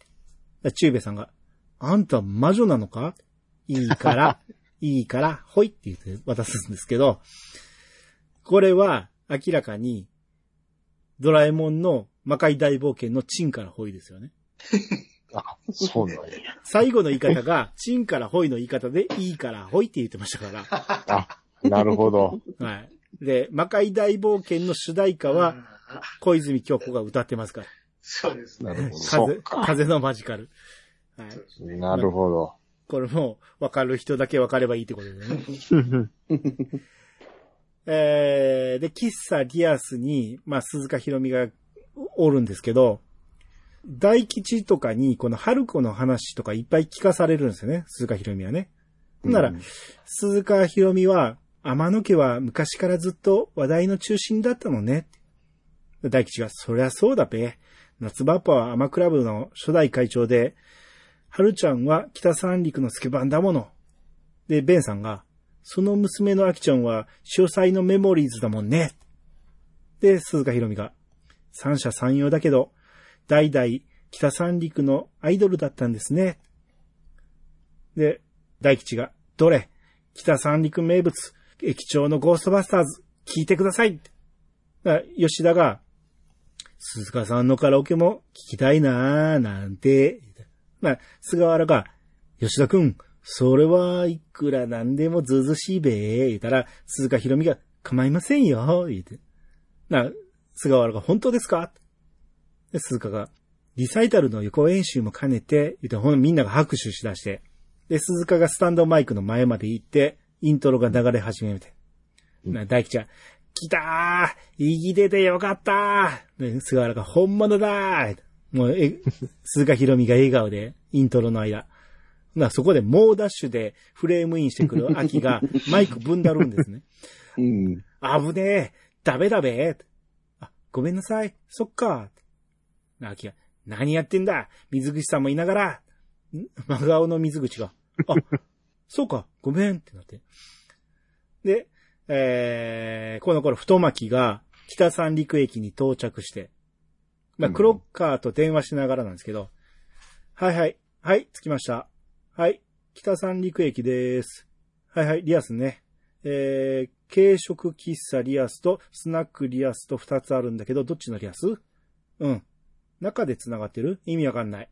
中兵衛さんが、あんた魔女なのかいいから、いいから、ほいって言って渡すんですけど、これは、明らかに、ドラえもんの魔界大冒険のチンからほいですよね。 あ、そうなんや。 最後の言い方が、チンからホイの言い方で、いいからホイって言ってましたから。 あ、なるほど。 はい。で、魔界大冒険の主題歌は、小泉京子が歌ってますから。 そうですね。 なるほど。 風、風のマジカル。 はい。なるほど。 これも、わかる人だけわかればいいってことですね。えー、で、喫茶リアスに、まあ、鈴鹿ひろみがおるんですけど、大吉とかに、この春子の話とかいっぱい聞かされるんですよね。鈴鹿ひろみはね。うん、なら、鈴鹿ひろみは、天野家は昔からずっと話題の中心だったのね。大吉が、そりゃそうだべ。夏バッパはアマクラブの初代会長で、春ちゃんは北三陸のスケバンだもの。で、ベンさんが、その娘のアキちゃんは、詳細のメモリーズだもんね。で、鈴鹿ひろみが、三者三様だけど、代々北三陸のアイドルだったんですね。で、大吉が、どれ北三陸名物、駅長のゴーストバスターズ、聞いてください。だ吉田が、鈴鹿さんのカラオケも聞きたいなーなんて。まあ、菅原が、吉田くん、それはいくらなんでもずうずしいべー。言ったら、鈴鹿ひろみが、構いませんよ。言って。な、菅原が、本当ですかで、鈴鹿が、リサイタルの予行演習も兼ねて、言うと、ほんみんなが拍手しだして、で、鈴鹿がスタンドマイクの前まで行って、イントロが流れ始めて。うん、大吉は、来たー生きててよかったーで、菅原が、本物だーもう、え、鈴鹿ひろみが笑顔で、イントロの間。な、そこで猛ダッシュでフレームインしてくる秋が、マイクぶんだるんですね。うん、危ねえダメだべーあ、ごめんなさい。そっかー秋が、何やってんだ水口さんもいながら、真顔の水口が、あ、そうか、ごめんってなって。で、えー、この頃、太巻が北三陸駅に到着して、まあ、クロッカーと電話しながらなんですけど、うん、はいはい、はい、着きました。はい、北三陸駅でーす。はいはい、リアスね。えー、軽食喫茶リアスとスナックリアスと二つあるんだけど、どっちのリアス？うん。中で繋がってる？意味わかんない。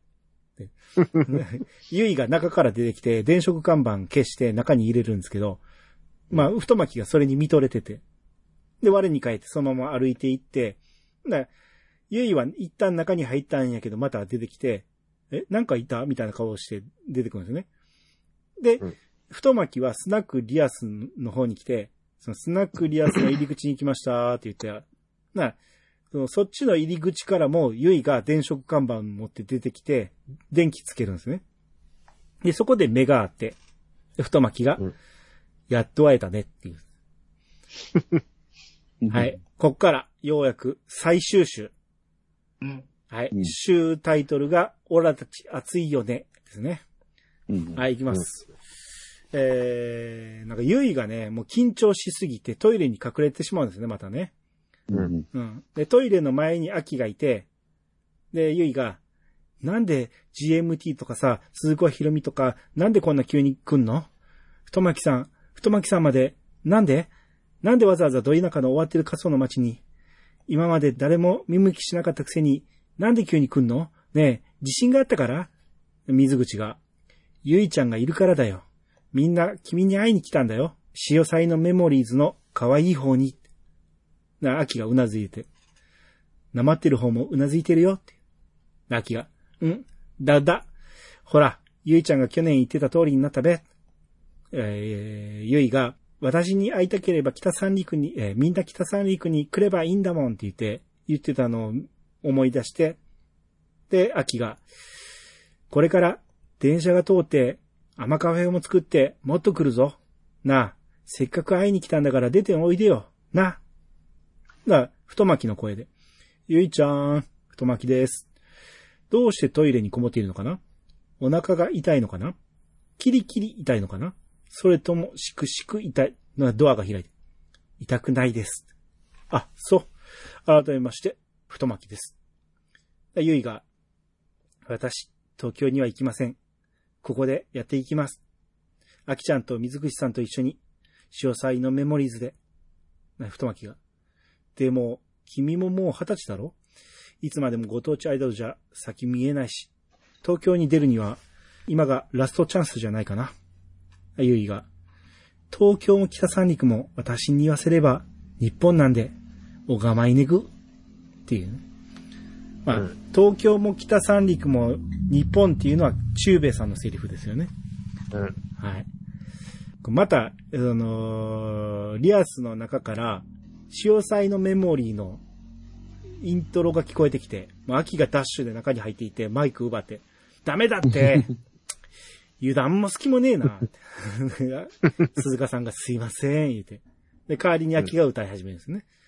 ゆいが中から出てきて、電飾看板消して中に入れるんですけど、まあ、太巻がそれに見とれてて、で、我に返ってそのまま歩いていって、でゆいは一旦中に入ったんやけど、また出てきて、え、なんかいたみたいな顔をして出てくるんですよね。で、うん、太巻はスナックリアスの方に来て、そのスナックリアスの入り口に来ましたって言って、な、そのそっちの入り口からもゆいが電飾看板持って出てきて、電気つけるんですね。で、そこで目があって、太巻が、うん、やっと会えたねっていう。はい。こっから、ようやく最終週。うん、はい。うん、週タイトルが、オラたち熱いよね。ですね。うん、はい、いきます。 えー、なんかゆいがね、もう緊張しすぎてトイレに隠れてしまうんですね、またね。うん。うん。で、トイレの前にアキがいて、で、ゆいが、なんで ジーエムティー とかさ、鈴子ひろみとか、なんでこんな急に来んの？太巻さん、太巻さんまで、なんでなんでわざわざど田舎の終わってる過疎の町に、今まで誰も見向きしなかったくせに、なんで急に来んの？ねえ、地震があったから？水口が、ゆいちゃんがいるからだよ。みんな君に会いに来たんだよ。潮祭のメモリーズの可愛い方に。な、アキがうなずいて。なまってる方もうなずいてるよって。アキが、んだだ。ほら、ゆいちゃんが去年言ってた通りになったべ。えー、ゆいが、私に会いたければ北三陸に、えー、みんな北三陸に来ればいいんだもんって言って、言ってたのを思い出して、で、アキが、これから電車が通って、甘カフェも作ってもっと来るぞ。なあ、せっかく会いに来たんだから出ておいでよ。な。が、太巻きの声で。ゆいちゃん、太巻きです。どうしてトイレにこもっているのかな？お腹が痛いのかな？キリキリ痛いのかな？それともしくしく痛い。ドアが開いて。痛くないです。あ、そう。改めまして、太巻きです。ゆいが、私、東京には行きません。ここでやっていきます。あきちゃんと水口さんと一緒に、潮祭のメモリーズで。太巻きが。でも、君ももう二十歳だろ？いつまでもご当地アイドルじゃ先見えないし、東京に出るには、今がラストチャンスじゃないかな。ゆいが、東京も北三陸も私に言わせれば、日本なんで、おがまいねぐっていうね。まあ、うん、東京も北三陸も日本っていうのは中兵衛さんのセリフですよね。うん、はい。また、あのー、リアスの中から、潮祭のメモリーのイントロが聞こえてきて、秋がダッシュで中に入っていて、マイク奪って、ダメだって油断も隙もねえな鈴鹿さんがすいません、言って。で、代わりに秋が歌い始めるんですね。うん